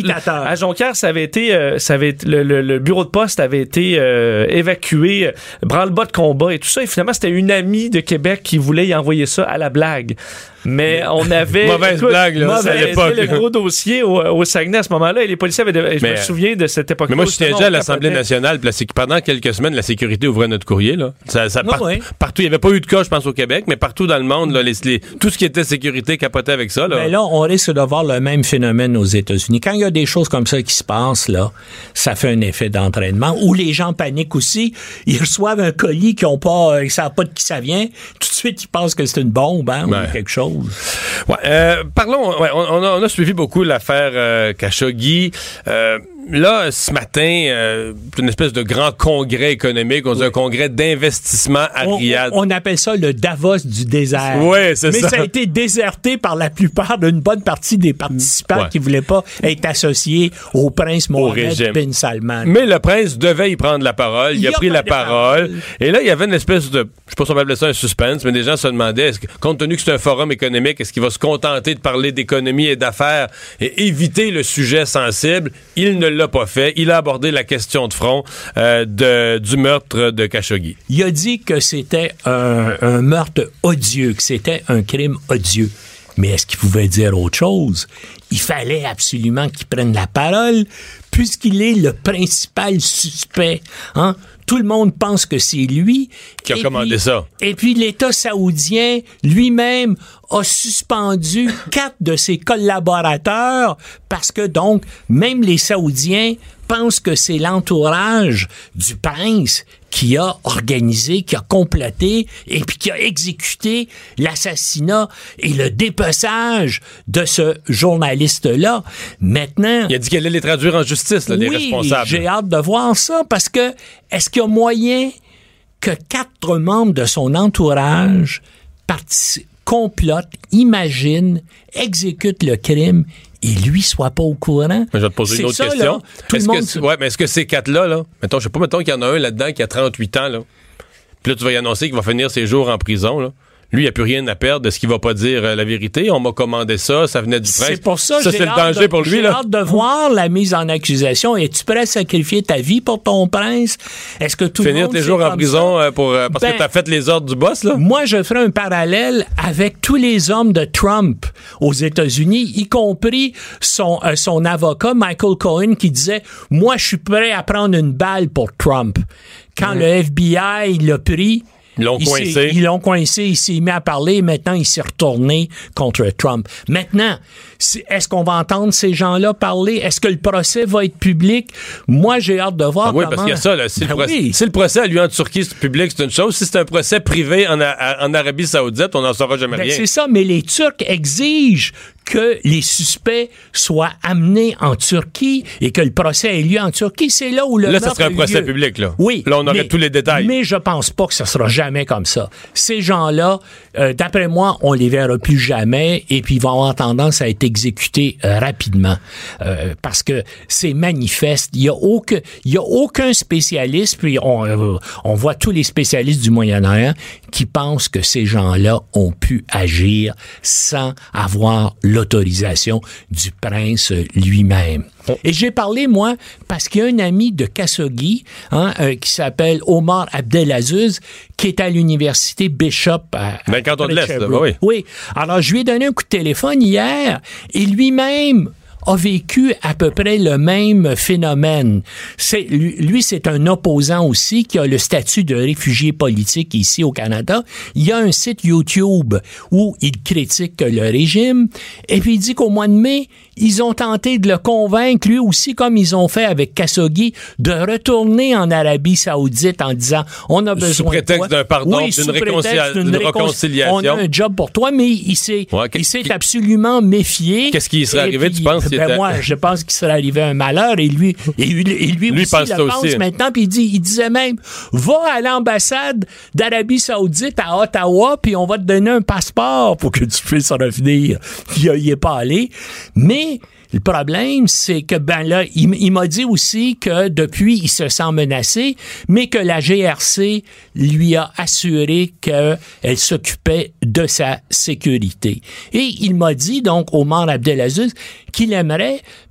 dictateur.
À Jonquière, ça avait été, euh, ça avait été le, le, le bureau de poste avait été euh, évacué, euh, branle-bas de combat et tout ça. Et finalement, c'était une amie de Québec qui voulait y envoyer ça à la blague. Mais on avait...
Mauvaise
écoute,
blague, là,
mauvaise,
à l'époque.
le gros dossier au, au Saguenay à ce moment-là. Et les policiers avaient... De, je
mais,
me souviens de cette époque-là.
Mais moi, je suis déjà à l'Assemblée
capotait.
nationale. Puis la, pendant quelques semaines, la sécurité ouvrait notre courrier. Là. Ça, ça,
Non,
par,
ouais.
Partout, il n'y avait pas eu de cas, je pense, au Québec, mais partout dans le monde, là, les, les, tout ce qui était sécurité capotait avec ça. Là.
Mais là, on risque de voir le même phénomène aux États-Unis. Quand il y a des choses comme ça qui se passent, là, ça fait un effet d'entraînement. Où les gens paniquent aussi. Ils reçoivent un colis qui ont pas, ils savent pas de qui ça vient. Tout de suite, ils pensent que c'est une bombe, hein,
ouais.
ou quelque chose.
Ouais, euh, parlons, ouais, on, on, a, on a suivi beaucoup l'affaire euh, Khashoggi. Euh, là, ce matin, euh, une espèce de grand congrès économique. On dit oui. un congrès d'investissement à
on,
Riyad.
On, on appelle ça le Davos du désert.
Oui, c'est
Mais
ça.
ça a été déserté par la plupart d'une bonne partie des participants
ouais.
qui voulaient pas être associés au prince Mohammed bin Salman.
Mais le prince devait y prendre la parole. Il, il a pris la parole. parole. Et là, il y avait une espèce de, je sais pas si on peut appeler ça un suspense, mais des gens se demandaient, est-ce que, compte tenu que c'est un forum économique, est-ce qu'il va se contenter de parler d'économie et d'affaires et éviter le sujet sensible? Il ne l'a pas fait. Il a abordé la question de front euh, de, du meurtre de Khashoggi.
Il a dit que c'était un, un meurtre odieux, que c'était un crime odieux. Mais est-ce qu'il pouvait dire autre chose? Il fallait absolument qu'il prenne la parole, puisqu'il est le principal suspect. Hein? Tout le monde pense que c'est lui.
Qui a
et
commandé
puis,
ça.
Et puis l'État saoudien lui-même a suspendu quatre de ses collaborateurs parce que donc, même les Saoudiens pensent que c'est l'entourage du prince qui a organisé, qui a comploté et puis qui a exécuté l'assassinat et le dépeçage de ce journaliste-là. Maintenant...
Il a dit qu'elle allait les traduire en justice, là,
oui,
les responsables.
J'ai hâte de voir ça parce que est-ce qu'il y a moyen que quatre membres de son entourage participent, complotent, imaginent, exécutent le crime et lui soit pas au courant?
Je vais te poser
c'est
une autre
ça,
question.
Là, tout
est-ce
le monde...
que, ouais, mais est-ce que ces quatre-là, là, mettons, je sais pas, mettons qu'il y en a un là-dedans qui a trente-huit ans, là, puis là, tu vas y annoncer qu'il va finir ses jours en prison, là. Lui, il n'a plus rien à perdre de ce qu'il va pas dire euh, la vérité. On m'a commandé ça, ça venait du prince.
C'est pour ça,
ça
j'ai
c'est le
hâte
danger
de,
pour lui.
J'ai
là.
hâte de voir la mise en accusation. Es-tu prêt à sacrifier ta vie pour ton prince? Est-ce que tout
Finir
le monde
tes jours en prison euh, pour, euh, parce
ben,
que tu as fait les ordres du boss? Là?
Moi, je ferai un parallèle avec tous les hommes de Trump aux États-Unis, y compris son, euh, son avocat, Michael Cohen, qui disait « Moi, je suis prêt à prendre une balle pour Trump. » Quand mmh. le F B I l'a pris...
Ils l'ont coincé.
Ils l'ont coincé, il s'est mis à parler et maintenant il s'est retourné contre Trump. Maintenant, est-ce qu'on va entendre ces gens-là parler? Est-ce que le procès va être public? Moi, j'ai hâte de voir
ah oui,
comment...
parce qu'il y a ça, là. Si, ben le procès,
oui.
si le procès a lieu en Turquie, c'est public, c'est une chose. Si c'est un procès privé en, a, en Arabie Saoudite, on n'en saura jamais
ben
rien.
C'est ça, mais les Turcs exigent que les suspects soient amenés en Turquie et que le procès ait lieu en Turquie. C'est là où le
Là, ça serait un procès
lieu.
public, là.
Oui.
Là, on aurait
mais,
tous les détails.
Mais je pense pas que ça sera jamais comme ça. Ces gens-là, euh, d'après moi, on les verra plus jamais et puis ils vont avoir tendance à être exécutés euh, rapidement. Euh, parce que c'est manifeste. Il y a aucun, il y a aucun spécialiste, puis on, euh, on voit tous les spécialistes du Moyen-Orient qui pensent que ces gens-là ont pu agir sans avoir l'autorisation du prince lui-même. Et j'ai parlé, moi, parce qu'il y a un ami de Khashoggi, hein, euh, qui s'appelle Omar Abdelaziz, qui est à l'université Bishop à,
dans le canton de l'Est, là, oui.
Oui. Alors, je lui ai donné un coup de téléphone hier, et lui-même a vécu à peu près le même phénomène. C'est, lui, lui, c'est un opposant aussi qui a le statut de réfugié politique ici au Canada. Il y a un site YouTube où il critique le régime et puis il dit qu'au mois de mai, ils ont tenté de le convaincre, lui aussi, comme ils ont fait avec Khashoggi, de retourner en Arabie Saoudite en disant on a besoin
sous prétexte
de toi.
d'un pardon,
oui,
d'une,
réconcilia-
d'une réconciliation.
On a un job pour toi, mais il s'est,
ouais,
il s'est absolument méfié.
Qu'est-ce qui serait
et
arrivé,
puis,
tu penses?
Ben
était...
moi, je pense qu'il serait arrivé un malheur et lui, et lui, et lui,
lui
aussi
pense
le pense
aussi.
maintenant. Puis il, dit, il disait même, va à l'ambassade d'Arabie Saoudite à Ottawa, puis on va te donner un passeport pour que tu puisses revenir. Puis il n'y est pas allé. Mais le problème, c'est que, ben là, il, il m'a dit aussi que depuis, il se sent menacé, mais que la G R C lui a assuré qu'elle s'occupait de sa sécurité. Et il m'a dit, donc, Omar Abdelaziz, qu'il aimerait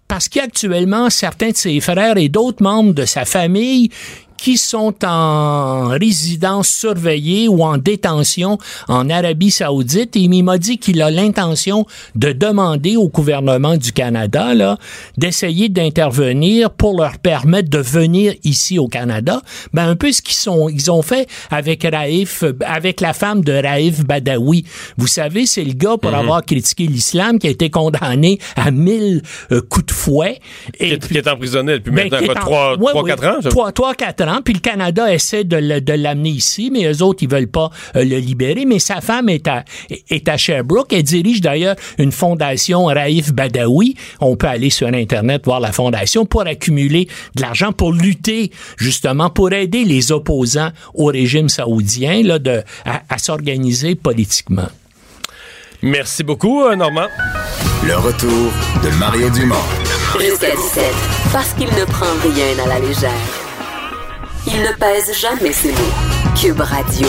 parce qu'il y a actuellement certains de ses frères et d'autres membres de sa famille qui sont en résidence surveillée ou en détention en Arabie Saoudite. Et il m'a dit qu'il a l'intention de demander au gouvernement du Canada là, d'essayer d'intervenir pour leur permettre de venir ici au Canada. Ben, un peu ce qu'ils sont, ils ont fait avec Raif, avec la femme de Raif Badawi. Vous savez, c'est le gars pour mm-hmm. avoir critiqué l'islam qui a été condamné à mille euh, coups de fouet.
Et qui, est, puis, qui est emprisonné depuis
ben,
maintenant trois quatre ans?
trois quatre ans. Puis le Canada essaie de, le, de l'amener ici, mais eux autres, ils veulent pas euh, le libérer. Mais sa femme est à, est à Sherbrooke. Elle dirige d'ailleurs une fondation Raif Badawi. On peut aller sur Internet voir la fondation pour accumuler de l'argent pour lutter, justement, pour aider les opposants au régime saoudien là, de, à, à s'organiser politiquement.
Merci beaucoup, Normand.
Le retour de Mario Dumont.
Jusqu'à dix-sept, parce qu'il ne prend rien à la légère. Il ne pèse jamais ses mots. Cube Radio.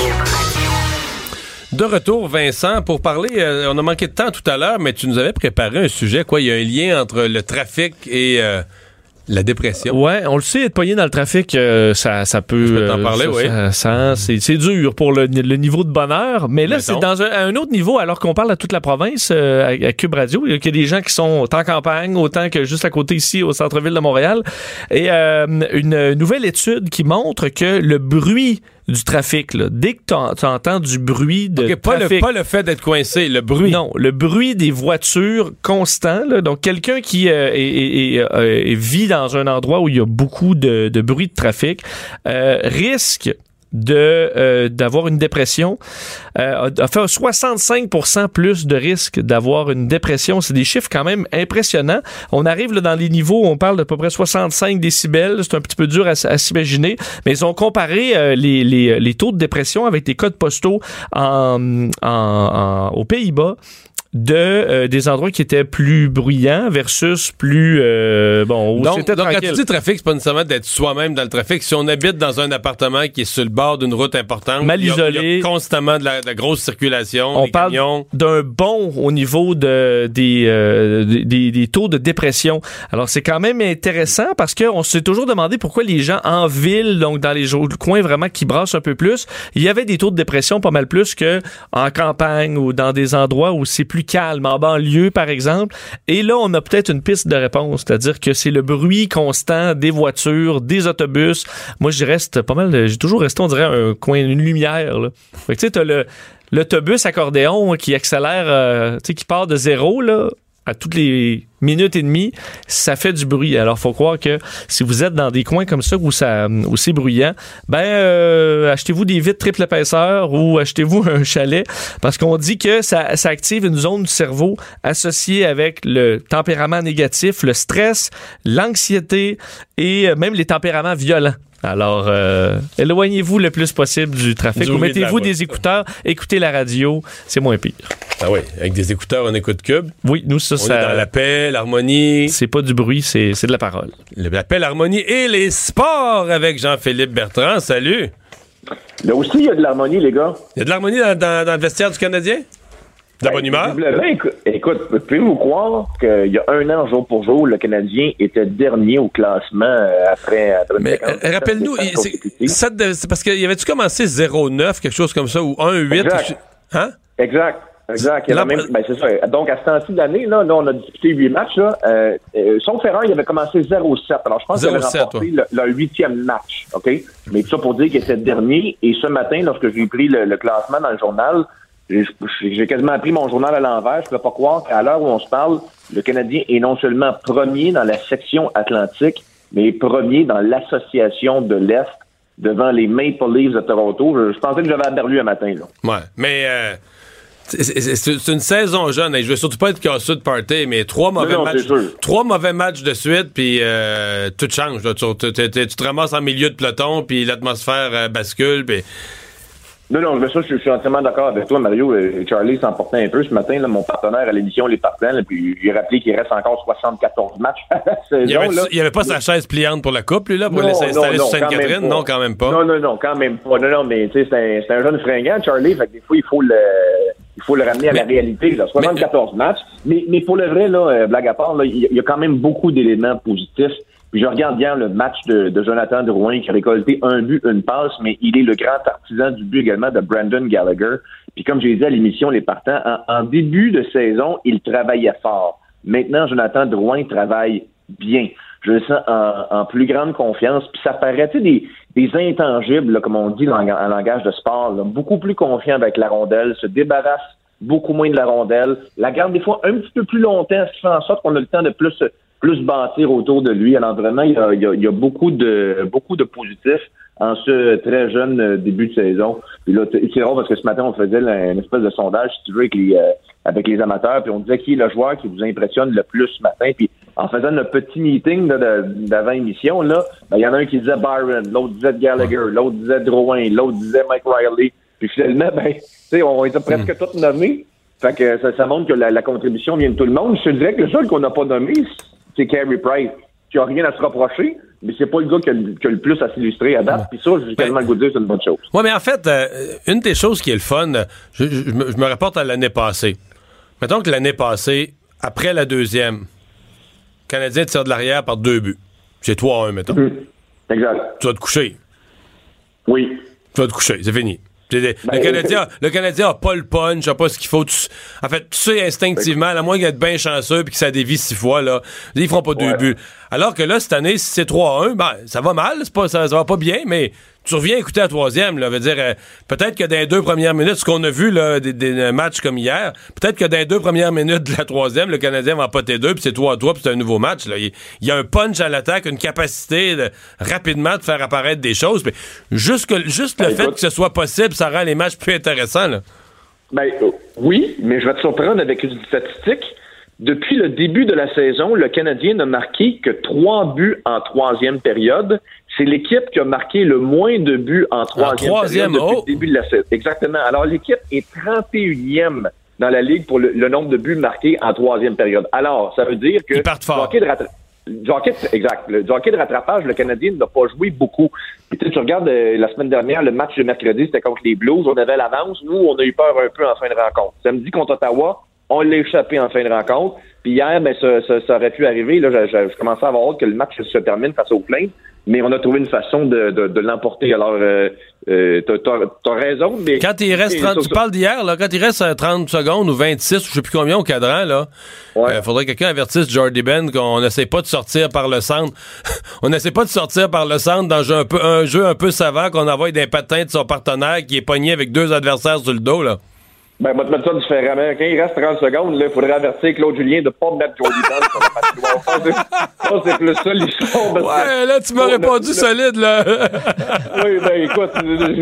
De retour, Vincent, pour parler, euh, on a manqué de temps tout à l'heure, mais tu nous avais préparé un sujet, quoi, il y a un lien entre le trafic et euh, la dépression.
Ouais, on le sait, être pogné dans le trafic, euh, ça, ça peut...
Je peux t'en parler,
ça,
oui.
Ça, ça, c'est, c'est dur pour le, le niveau de bonheur, mais là, Mettons. c'est dans un, un autre niveau, alors qu'on parle à toute la province, euh, à, à Cube Radio, il y a des gens qui sont autant en campagne, autant que juste à côté ici, au centre-ville de Montréal, et euh, une nouvelle étude qui montre que le bruit du trafic, là. Dès que tu entends du bruit de
okay, pas
trafic...
Le, pas le fait d'être coincé, le bruit.
Non, le bruit des voitures constant. Là. Donc, quelqu'un qui euh, est, est, est, est, vit dans un endroit où il y a beaucoup de, de bruit de trafic euh, risque de euh, d'avoir une dépression, euh, a fait soixante-cinq pour cent plus de risque d'avoir une dépression. C'est des chiffres quand même impressionnants. On arrive là, dans les niveaux, on parle d'à peu près soixante-cinq décibels. C'est un petit peu dur à, à s'imaginer, mais ils ont comparé euh, les, les, les taux de dépression avec des codes postaux en, en, en, aux Pays-Bas de euh, des endroits qui étaient plus bruyants versus plus euh, bon où
donc,
c'était
donc
tranquille.
Quand tu dis trafic, c'est pas nécessairement d'être soi-même dans le trafic. Si on habite dans un appartement qui est sur le bord d'une route importante,
mal isolé,
il y a constamment de la, de la grosse circulation,
on
des
parle
camions.
d'un bon au niveau de des, euh, des des taux de dépression. Alors c'est quand même intéressant parce que on s'est toujours demandé pourquoi les gens en ville, donc dans les coins vraiment qui brassent un peu plus, il y avait des taux de dépression pas mal plus que en campagne ou dans des endroits où c'est plus calme, en banlieue, par exemple. Et là, on a peut-être une piste de réponse, c'est-à-dire que c'est le bruit constant des voitures, des autobus. Moi, je reste pas mal, j'ai toujours resté, on dirait, un coin, une lumière, là. Fait que tu sais, t'as le, l'autobus accordéon qui accélère, euh, tu sais, qui part de zéro, là, à toutes les minutes et demie, ça fait du bruit. Alors, faut croire que si vous êtes dans des coins comme ça où, ça, où c'est bruyant, ben, euh, achetez-vous des vitres triple épaisseur ou achetez-vous un chalet parce qu'on dit que ça, ça active une zone du cerveau associée avec le tempérament négatif, le stress, l'anxiété et même les tempéraments violents. Alors, euh, éloignez-vous le plus possible du trafic. Du ou mettez-vous de des écouteurs, écoutez la radio, c'est moins pire.
Ah oui, avec des écouteurs, on écoute Cube.
Oui, nous, ça,
on
ça...
est dans la paix, l'harmonie.
C'est pas du bruit, c'est, c'est de la parole.
La paix, l'harmonie et les sports avec Jean-Philippe Bertrand. Salut!
Là aussi, il y a de l'harmonie, les gars.
Il y a de l'harmonie dans, dans, dans le vestiaire du Canadien? De la bonne humeur?
Ben, écoute, pouvez-vous croire qu'il y a un an, jour pour jour, le Canadien était dernier au classement après... après
Mais euh, rappelle-nous, c'est, ça, c'est parce qu'il y avait-tu commencé zéro neuf, quelque chose comme ça, ou un huit?
Exact.
Hein?
Exact. Exact. Il y a même, ben, c'est ça. Donc, à ce temps-ci de l'année, là, là, on a disputé huit matchs. Là, euh, euh, sauf erreur, il avait commencé zéro sept. Alors, je pense qu'il avait remporté le, le huitième match. OK? Mais tout ça pour dire qu'il était dernier. Et ce matin, lorsque j'ai pris le, le classement dans le journal, j'ai, j'ai quasiment pris mon journal à l'envers. Je ne peux pas croire qu'à l'heure où on se parle, le Canadien est non seulement premier dans la section Atlantique, mais premier dans l'association de l'Est devant les Maple Leafs de Toronto. Je, je pensais que j'avais aberlu un matin. Là.
Ouais, mais... Euh... C'est, c'est, c'est une saison jeune. Je veux surtout pas être casseux de party, mais trois mauvais
non,
matchs, trois mauvais matchs de suite, puis euh, tout change. Là. Tu, tu, tu, tu te ramasses en milieu de peloton, puis l'atmosphère euh, bascule. Pis...
Non, non, mais ça, je, je suis entièrement d'accord avec toi, Mario. Et Charlie s'en portait un peu ce matin. Là, mon partenaire à l'émission Les Partisans, là, puis il a rappelé qu'il reste encore soixante-quatorze matchs à la saison.
Il y avait,
là.
il y avait pas sa chaise pliante pour la coupe, lui, là, pour non, aller s'installer non, non, sur Sainte-Catherine? Non, quand même pas.
Non, non, non, quand même pas. Non, non, mais tu sais, c'est un, c'est un jeune fringant, Charlie. Fait que des fois, il faut le... il faut le ramener à mais, la réalité. Là. soixante-quatorze mais, matchs. Mais, mais pour le vrai, là, euh, blague à part, il y, y a quand même beaucoup d'éléments positifs. Puis je regarde bien le match de, de Jonathan Drouin qui a récolté un but, une passe, mais il est le grand artisan du but également de Brandon Gallagher. Puis comme j'ai dit à l'émission, les partants, en, en début de saison, il travaillait fort. Maintenant, Jonathan Drouin travaille bien. Je le sens en, en plus grande confiance. Puis ça paraît, tu sais, des, des intangibles, là, comme on dit en, en langage de sport, là, beaucoup plus confiant avec la rondelle, se débarrasse beaucoup moins de la rondelle, la garde des fois un petit peu plus longtemps, ce qui fait en sorte qu'on a le temps de plus plus bâtir autour de lui. Alors vraiment, il y a, il y a, il y a beaucoup de beaucoup de positifs en ce très jeune début de saison. Puis là, c'est drôle parce que ce matin, on faisait là, une espèce de sondage, si tu veux, avec les euh, avec les amateurs, puis on disait qui est le joueur qui vous impressionne le plus ce matin. Puis en faisant notre petit meeting là, de, d'avant émission, là, ben, il y en a un qui disait Byron, l'autre disait Gallagher, l'autre disait Drouin, l'autre disait Mike Riley. Puis finalement, ben, tu sais, on était presque mm. tous nommés. Fait que ça, ça montre que la, la contribution vient de tout le monde. Je te dirais que le seul qu'on n'a pas nommé, c'est Carey Price, qui a rien à se reprocher, mais c'est pas le gars qui a, qui a le plus à s'illustrer à date. Puis ça, j'ai tellement le goût de dire, c'est une bonne chose.
Oui, mais en fait, euh, une des choses qui est le fun, je, je, je, me, je me rapporte à l'année passée. Mettons que l'année passée, après la deuxième, le Canadien tire de l'arrière par deux buts. C'est trois à un, mettons.
Mmh. Exact.
Tu vas te coucher.
Oui.
Tu vas te coucher, c'est fini. Le, ben, le, Canadien, le Canadien a pas le punch, a pas ce qu'il faut. Tu, en fait, tu sais instinctivement, à moins qu'il ait bien chanceux puis que ça dévie six fois, là, ils feront pas deux ouais. buts. Alors que là, cette année, si c'est trois à un, ben, ça va mal, c'est pas, ça, ça va pas bien, mais tu reviens écouter la troisième, là, veut dire, euh, peut-être que dans les deux premières minutes, ce qu'on a vu, là, des, des matchs comme hier, peut-être que dans les deux premières minutes de la troisième, le Canadien va en poter deux, puis c'est trois à trois, puis c'est un nouveau match, là. Il, il y a un punch à l'attaque, une capacité de, rapidement de faire apparaître des choses, mais juste, que, juste ben, le écoute, fait que ce soit possible, ça rend les matchs plus intéressants, là.
Ben, euh, oui, mais je vais te surprendre avec une statistique. Depuis le début de la saison, le Canadien n'a marqué que trois buts en troisième période. C'est l'équipe qui a marqué le moins de buts en troisième, en troisième période depuis oh. le début de la saison. Exactement. Alors, l'équipe est trente et unième dans la Ligue pour le, le nombre de buts marqués en troisième période. Alors, ça veut dire que...
Ils partent fort.
Du hockey de rattra... du hockey, exact. Le, du hockey de rattrapage, le Canadien n'a pas joué beaucoup. Et tu regardes euh, la semaine dernière, le match de mercredi, c'était contre les Blues. On avait l'avance. Nous, on a eu peur un peu en fin de rencontre. Samedi contre Ottawa, on l'a échappé en fin de rencontre. Puis hier, ben, ça, ça, ça aurait pu arriver. Là, je, je, je commençais à avoir hâte que le match se termine face aux Flames. Mais on a trouvé une façon de, de, de l'emporter. Alors, euh, euh, t'as, t'as, t'as raison, mais...
Quand il reste trente, tu parles d'hier, là, quand il reste trente secondes ou vingt-six, ou je sais plus combien au cadran, là, il ouais. euh, faudrait que quelqu'un avertisse Jordy Ben qu'on n'essaie pas de sortir par le centre. On n'essaie pas de sortir par le centre dans un, jeu un, peu, un jeu un peu savant qu'on envoie des patins de son partenaire qui est pogné avec deux adversaires sur le dos, là.
Ben, moi, te mettre ça différemment. Quand il reste trente secondes, là, il faudrait avertir Claude Julien de ne pas mettre Jordy Ben sur la patinoire. Ça, c'est plus ça, l'histoire.
Ouais, là, tu m'as répondu le... solide, là.
Oui, ben, écoute,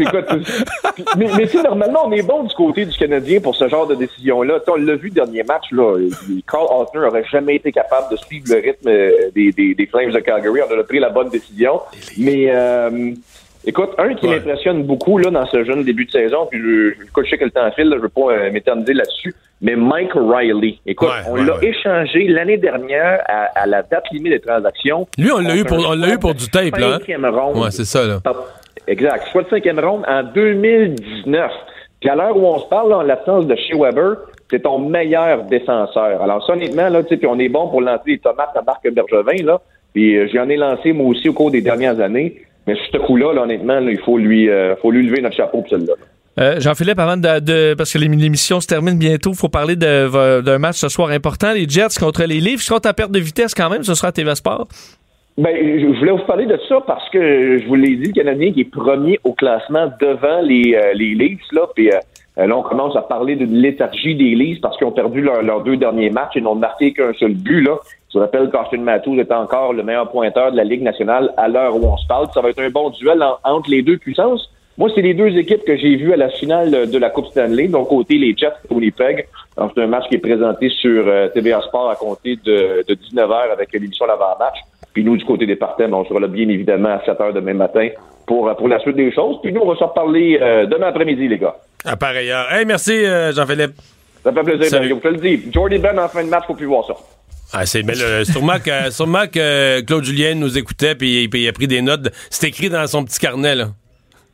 écoute. Mais, mais tu sais, normalement, on est bon du côté du Canadien pour ce genre de décision-là. T'sais, on l'a vu le dernier match, là. Carl Hausner n'aurait jamais été capable de suivre le rythme des, des, des Flames de Calgary. On a pris la bonne décision. Mais, euh, écoute, un qui ouais. m'impressionne beaucoup là dans ce jeune début de saison, puis je, je, je sais que le temps file, là, je veux pas euh, m'éterniser là-dessus, mais Mike Riley. Écoute, ouais, on ouais, l'a ouais. échangé l'année dernière à, à la date limite des transactions.
Lui, on l'a eu pour on l'a eu pour du tape, là.
Cinquième ronde.
Ouais, c'est ça, là.
Exact. Soit le cinquième ronde en deux mille dix-neuf. Puis à l'heure où on se parle, là, en l'absence de Shea Weber, c'est ton meilleur défenseur. Alors ça, honnêtement, là, tu sais, puis on est bon pour lancer les tomates à Marc Bergevin, là. Puis euh, j'en ai lancé moi aussi au cours des dernières années. Mais sur ce coup-là, là, honnêtement, là, il faut lui, euh, faut lui lever notre chapeau pour celle-là.
Euh, Jean-Philippe, avant de, de parce que l'émission se termine bientôt, il faut parler de, d'un match ce soir important, les Jets contre les Leafs. Ils sont en perte de vitesse quand même, ce sera à T V Sport.
Ben, je voulais vous parler de ça parce que je vous l'ai dit, le Canadien qui est premier au classement devant les, euh, les Leafs, là, puis euh, là, on commence à parler d'une léthargie des Leafs parce qu'ils ont perdu leur, leurs deux derniers matchs et n'ont marqué qu'un seul but, là. Je rappelle qu'Austin Matthews est encore le meilleur pointeur de la Ligue nationale à l'heure où on se parle. Ça va être un bon duel en, entre les deux puissances. Moi, c'est les deux équipes que j'ai vues à la finale de la Coupe Stanley. Donc, côté les Jets et Winnipeg. Donc, c'est un match qui est présenté sur euh, T V A Sport à compter de, de dix-neuf heures avec l'émission d'avant-match. Puis nous, du côté des partants, on sera là bien évidemment à sept heures demain matin pour, pour la suite des choses. Puis nous, on va se reparler euh, demain après-midi, les gars.
À pareil heure. Hey, merci, euh, Jean-Philippe.
Ça fait plaisir, Mario. Je te le dis. Jordy Ben en fin de match, faut plus voir ça.
Ah, c'est mais là, sûrement que sûrement que Claude Julien nous écoutait puis il a pris des notes. C'est écrit dans son petit carnet là.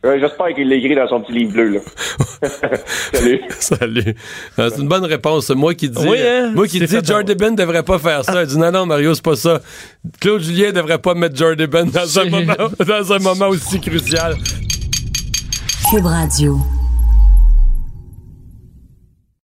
Euh, j'espère qu'il l'a écrit dans son petit livre bleu, là. Salut.
Salut. Euh, c'est une bonne réponse. Moi qui dis,
oui, hein?
moi qui dis Jordy Ben devrait pas faire ça. Elle dit non, non, Mario, c'est pas ça. Claude Julien devrait pas mettre Jordy Ben dans un moment, dans un moment aussi crucial.
Cube Radio.